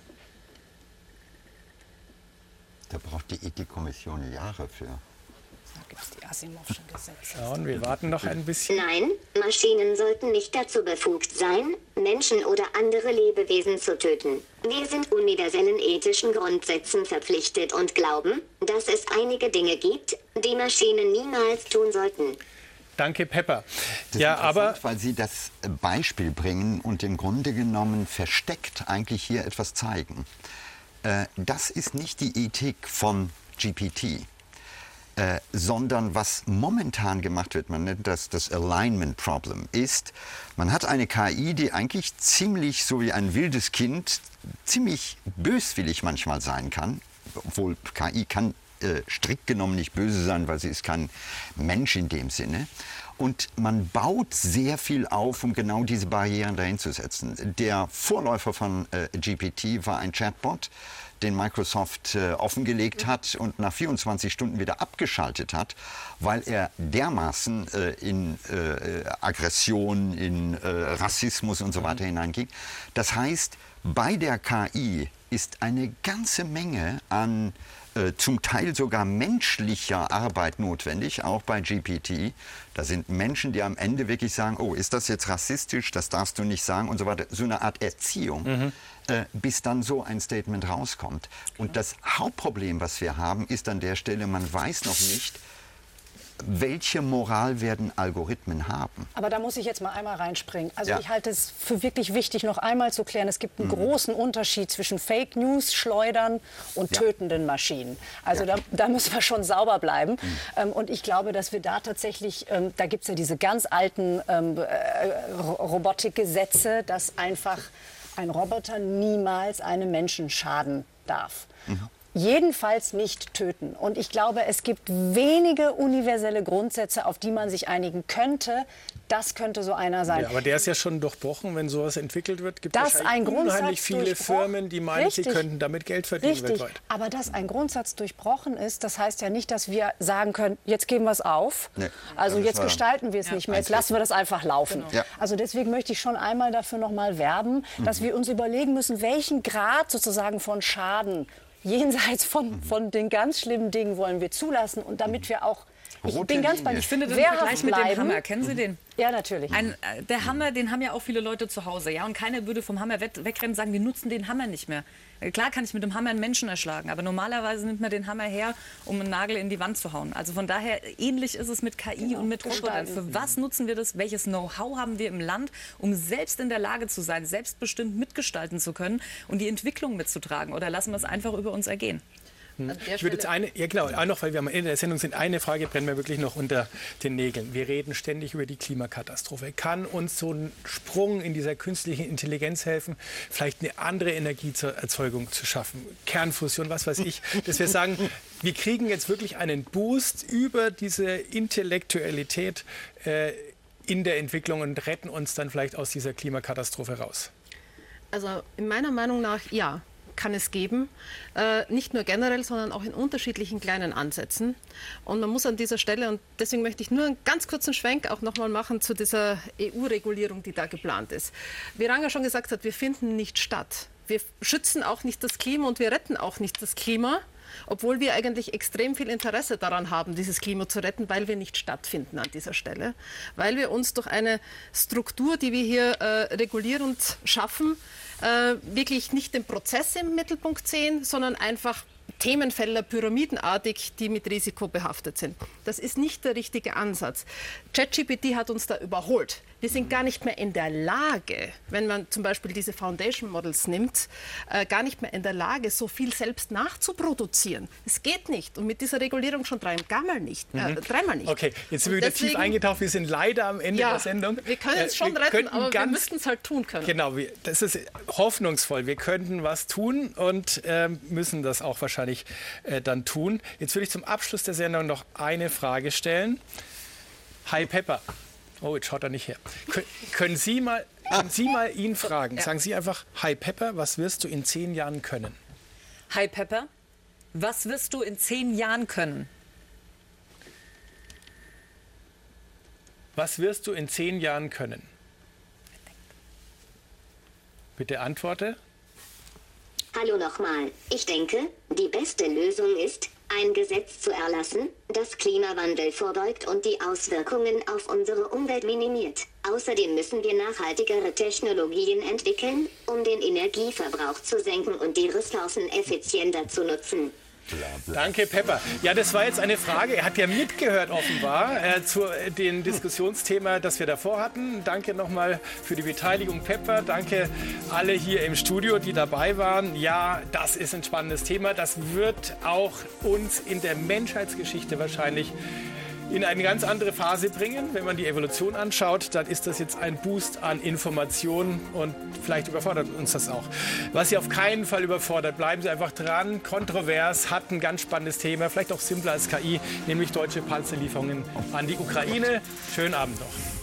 Da braucht die Ethikkommission Jahre für. Da gibt es die Asimovschen Gesetze. Ja, und wir warten noch ein bisschen. Nein, Maschinen sollten nicht dazu befugt sein, Menschen oder andere Lebewesen zu töten. Wir sind universellen ethischen Grundsätzen verpflichtet und glauben, dass es einige Dinge gibt, die Maschinen niemals tun sollten. Danke, Pepper. Das ja, ist aber weil Sie das Beispiel bringen und im Grunde genommen versteckt eigentlich hier etwas zeigen. Das ist nicht die Ethik von GPT, sondern was momentan gemacht wird, man nennt das Alignment Problem, ist, man hat eine KI, die eigentlich ziemlich, so wie ein wildes Kind, ziemlich böswillig manchmal sein kann, obwohl KI kann strikt genommen nicht böse sein, weil sie ist kein Mensch in dem Sinne. Und man baut sehr viel auf, um genau diese Barrieren dahin zu setzen. Der Vorläufer von GPT war ein Chatbot, den Microsoft offengelegt hat und nach 24 Stunden wieder abgeschaltet hat, weil er dermaßen in Aggression, in Rassismus und so weiter hineinging. Das heißt, bei der KI ist eine ganze Menge an zum Teil sogar menschlicher Arbeit notwendig, auch bei GPT. Da sind Menschen, die am Ende wirklich sagen, oh, ist das jetzt rassistisch, das darfst du nicht sagen und so weiter. So eine Art Erziehung, bis dann so ein Statement rauskommt. Und das Hauptproblem, was wir haben, ist an der Stelle, man weiß noch nicht, welche Moral werden Algorithmen haben? Aber da muss ich jetzt mal einmal reinspringen. Also ich halte es für wirklich wichtig, noch einmal zu klären, es gibt einen großen Unterschied zwischen Fake News, Schleudern und tötenden Maschinen. Also da müssen wir schon sauber bleiben. Und ich glaube, dass wir da tatsächlich, da gibt es ja diese ganz alten Robotikgesetze, dass einfach ein Roboter niemals einem Menschen schaden darf. Jedenfalls nicht töten. Und ich glaube, es gibt wenige universelle Grundsätze, auf die man sich einigen könnte. Das könnte so einer sein. Ja, aber der ist ja schon durchbrochen, wenn sowas entwickelt wird. Gibt es unheimlich viele Firmen, die meinen, sie könnten damit Geld verdienen weltweit. Aber dass ein Grundsatz durchbrochen ist, das heißt ja nicht, dass wir sagen können, jetzt geben wir es auf. Nee, also jetzt gestalten wir es nicht mehr, jetzt lassen wir das einfach laufen. Genau. Also deswegen möchte ich schon einmal dafür noch mal werben, dass wir uns überlegen müssen, welchen Grad sozusagen von Schaden jenseits von den ganz schlimmen Dingen wollen wir zulassen und damit wir auch, ich bin ganz bei, ich finde den Vergleich mit dem Hammer, kennen Sie den? Ja, natürlich. Der Hammer, den haben ja auch viele Leute zu Hause, ja, und keiner würde vom Hammer wegrennen und sagen, wir nutzen den Hammer nicht mehr. Klar kann ich mit dem Hammer einen Menschen erschlagen, aber normalerweise nimmt man den Hammer her, um einen Nagel in die Wand zu hauen. Also von daher, ähnlich ist es mit KI und mit Robotern. Für was nutzen wir das? Welches Know-how haben wir im Land, um selbst in der Lage zu sein, selbstbestimmt mitgestalten zu können und die Entwicklung mitzutragen? Oder lassen wir es einfach über uns ergehen? Ich würde jetzt auch noch, weil wir am Ende der Sendung sind, eine Frage brennt mir wirklich noch unter den Nägeln. Wir reden ständig über die Klimakatastrophe. Kann uns so ein Sprung in dieser künstlichen Intelligenz helfen, vielleicht eine andere Energieerzeugung zu schaffen? Kernfusion, was weiß ich. Dass wir sagen, wir kriegen jetzt wirklich einen Boost über diese Intellektualität in der Entwicklung und retten uns dann vielleicht aus dieser Klimakatastrophe raus. Also in meiner Meinung nach ja. Kann es geben, nicht nur generell, sondern auch in unterschiedlichen kleinen Ansätzen. Und man muss an dieser Stelle, und deswegen möchte ich nur einen ganz kurzen Schwenk auch nochmal machen zu dieser EU-Regulierung, die da geplant ist. Wie Ranga schon gesagt hat, wir finden nicht statt. Wir schützen auch nicht das Klima und wir retten auch nicht das Klima, obwohl wir eigentlich extrem viel Interesse daran haben, dieses Klima zu retten, weil wir nicht stattfinden an dieser Stelle. Weil wir uns durch eine Struktur, die wir hier regulierend schaffen, wirklich nicht den Prozess im Mittelpunkt sehen, sondern einfach Themenfelder pyramidenartig, die mit Risiko behaftet sind. Das ist nicht der richtige Ansatz. ChatGPT hat uns da überholt. Wir sind gar nicht mehr in der Lage, wenn man zum Beispiel diese Foundation Models nimmt, gar nicht mehr in der Lage, so viel selbst nachzuproduzieren. Es geht nicht. Und mit dieser Regulierung schon dreimal nicht. Okay, jetzt sind wir wieder tief eingetaucht. Wir sind leider am Ende der Sendung. Wir können es schon retten, aber wir müssten es halt tun können. Genau, das ist hoffnungsvoll. Wir könnten was tun und müssen das auch wahrscheinlich dann tun. Jetzt würde ich zum Abschluss der Sendung noch eine Frage stellen. Hi Pepper. Oh, jetzt schaut er nicht her. Können Sie mal ihn fragen? Sagen Sie einfach, Hi Pepper, was wirst du in 10 Jahren können? Hi Pepper, was wirst du in 10 Jahren können? Was wirst du in 10 Jahren können? Bitte antworte. Hallo nochmal. Ich denke, die beste Lösung ist, ein Gesetz zu erlassen, das Klimawandel vorbeugt und die Auswirkungen auf unsere Umwelt minimiert. Außerdem müssen wir nachhaltigere Technologien entwickeln, um den Energieverbrauch zu senken und die Ressourcen effizienter zu nutzen. Danke, Pepper. Ja, das war jetzt eine Frage. Er hat ja mitgehört offenbar zu dem Diskussionsthema, das wir davor hatten. Danke nochmal für die Beteiligung, Pepper. Danke alle hier im Studio, die dabei waren. Ja, das ist ein spannendes Thema. Das wird auch uns in der Menschheitsgeschichte wahrscheinlich in eine ganz andere Phase bringen. Wenn man die Evolution anschaut, dann ist das jetzt ein Boost an Informationen und vielleicht überfordert uns das auch. Was Sie auf keinen Fall überfordert, bleiben Sie einfach dran. Kontrovers, hat ein ganz spannendes Thema, vielleicht auch simpler als KI, nämlich deutsche Panzerlieferungen an die Ukraine. Schönen Abend noch.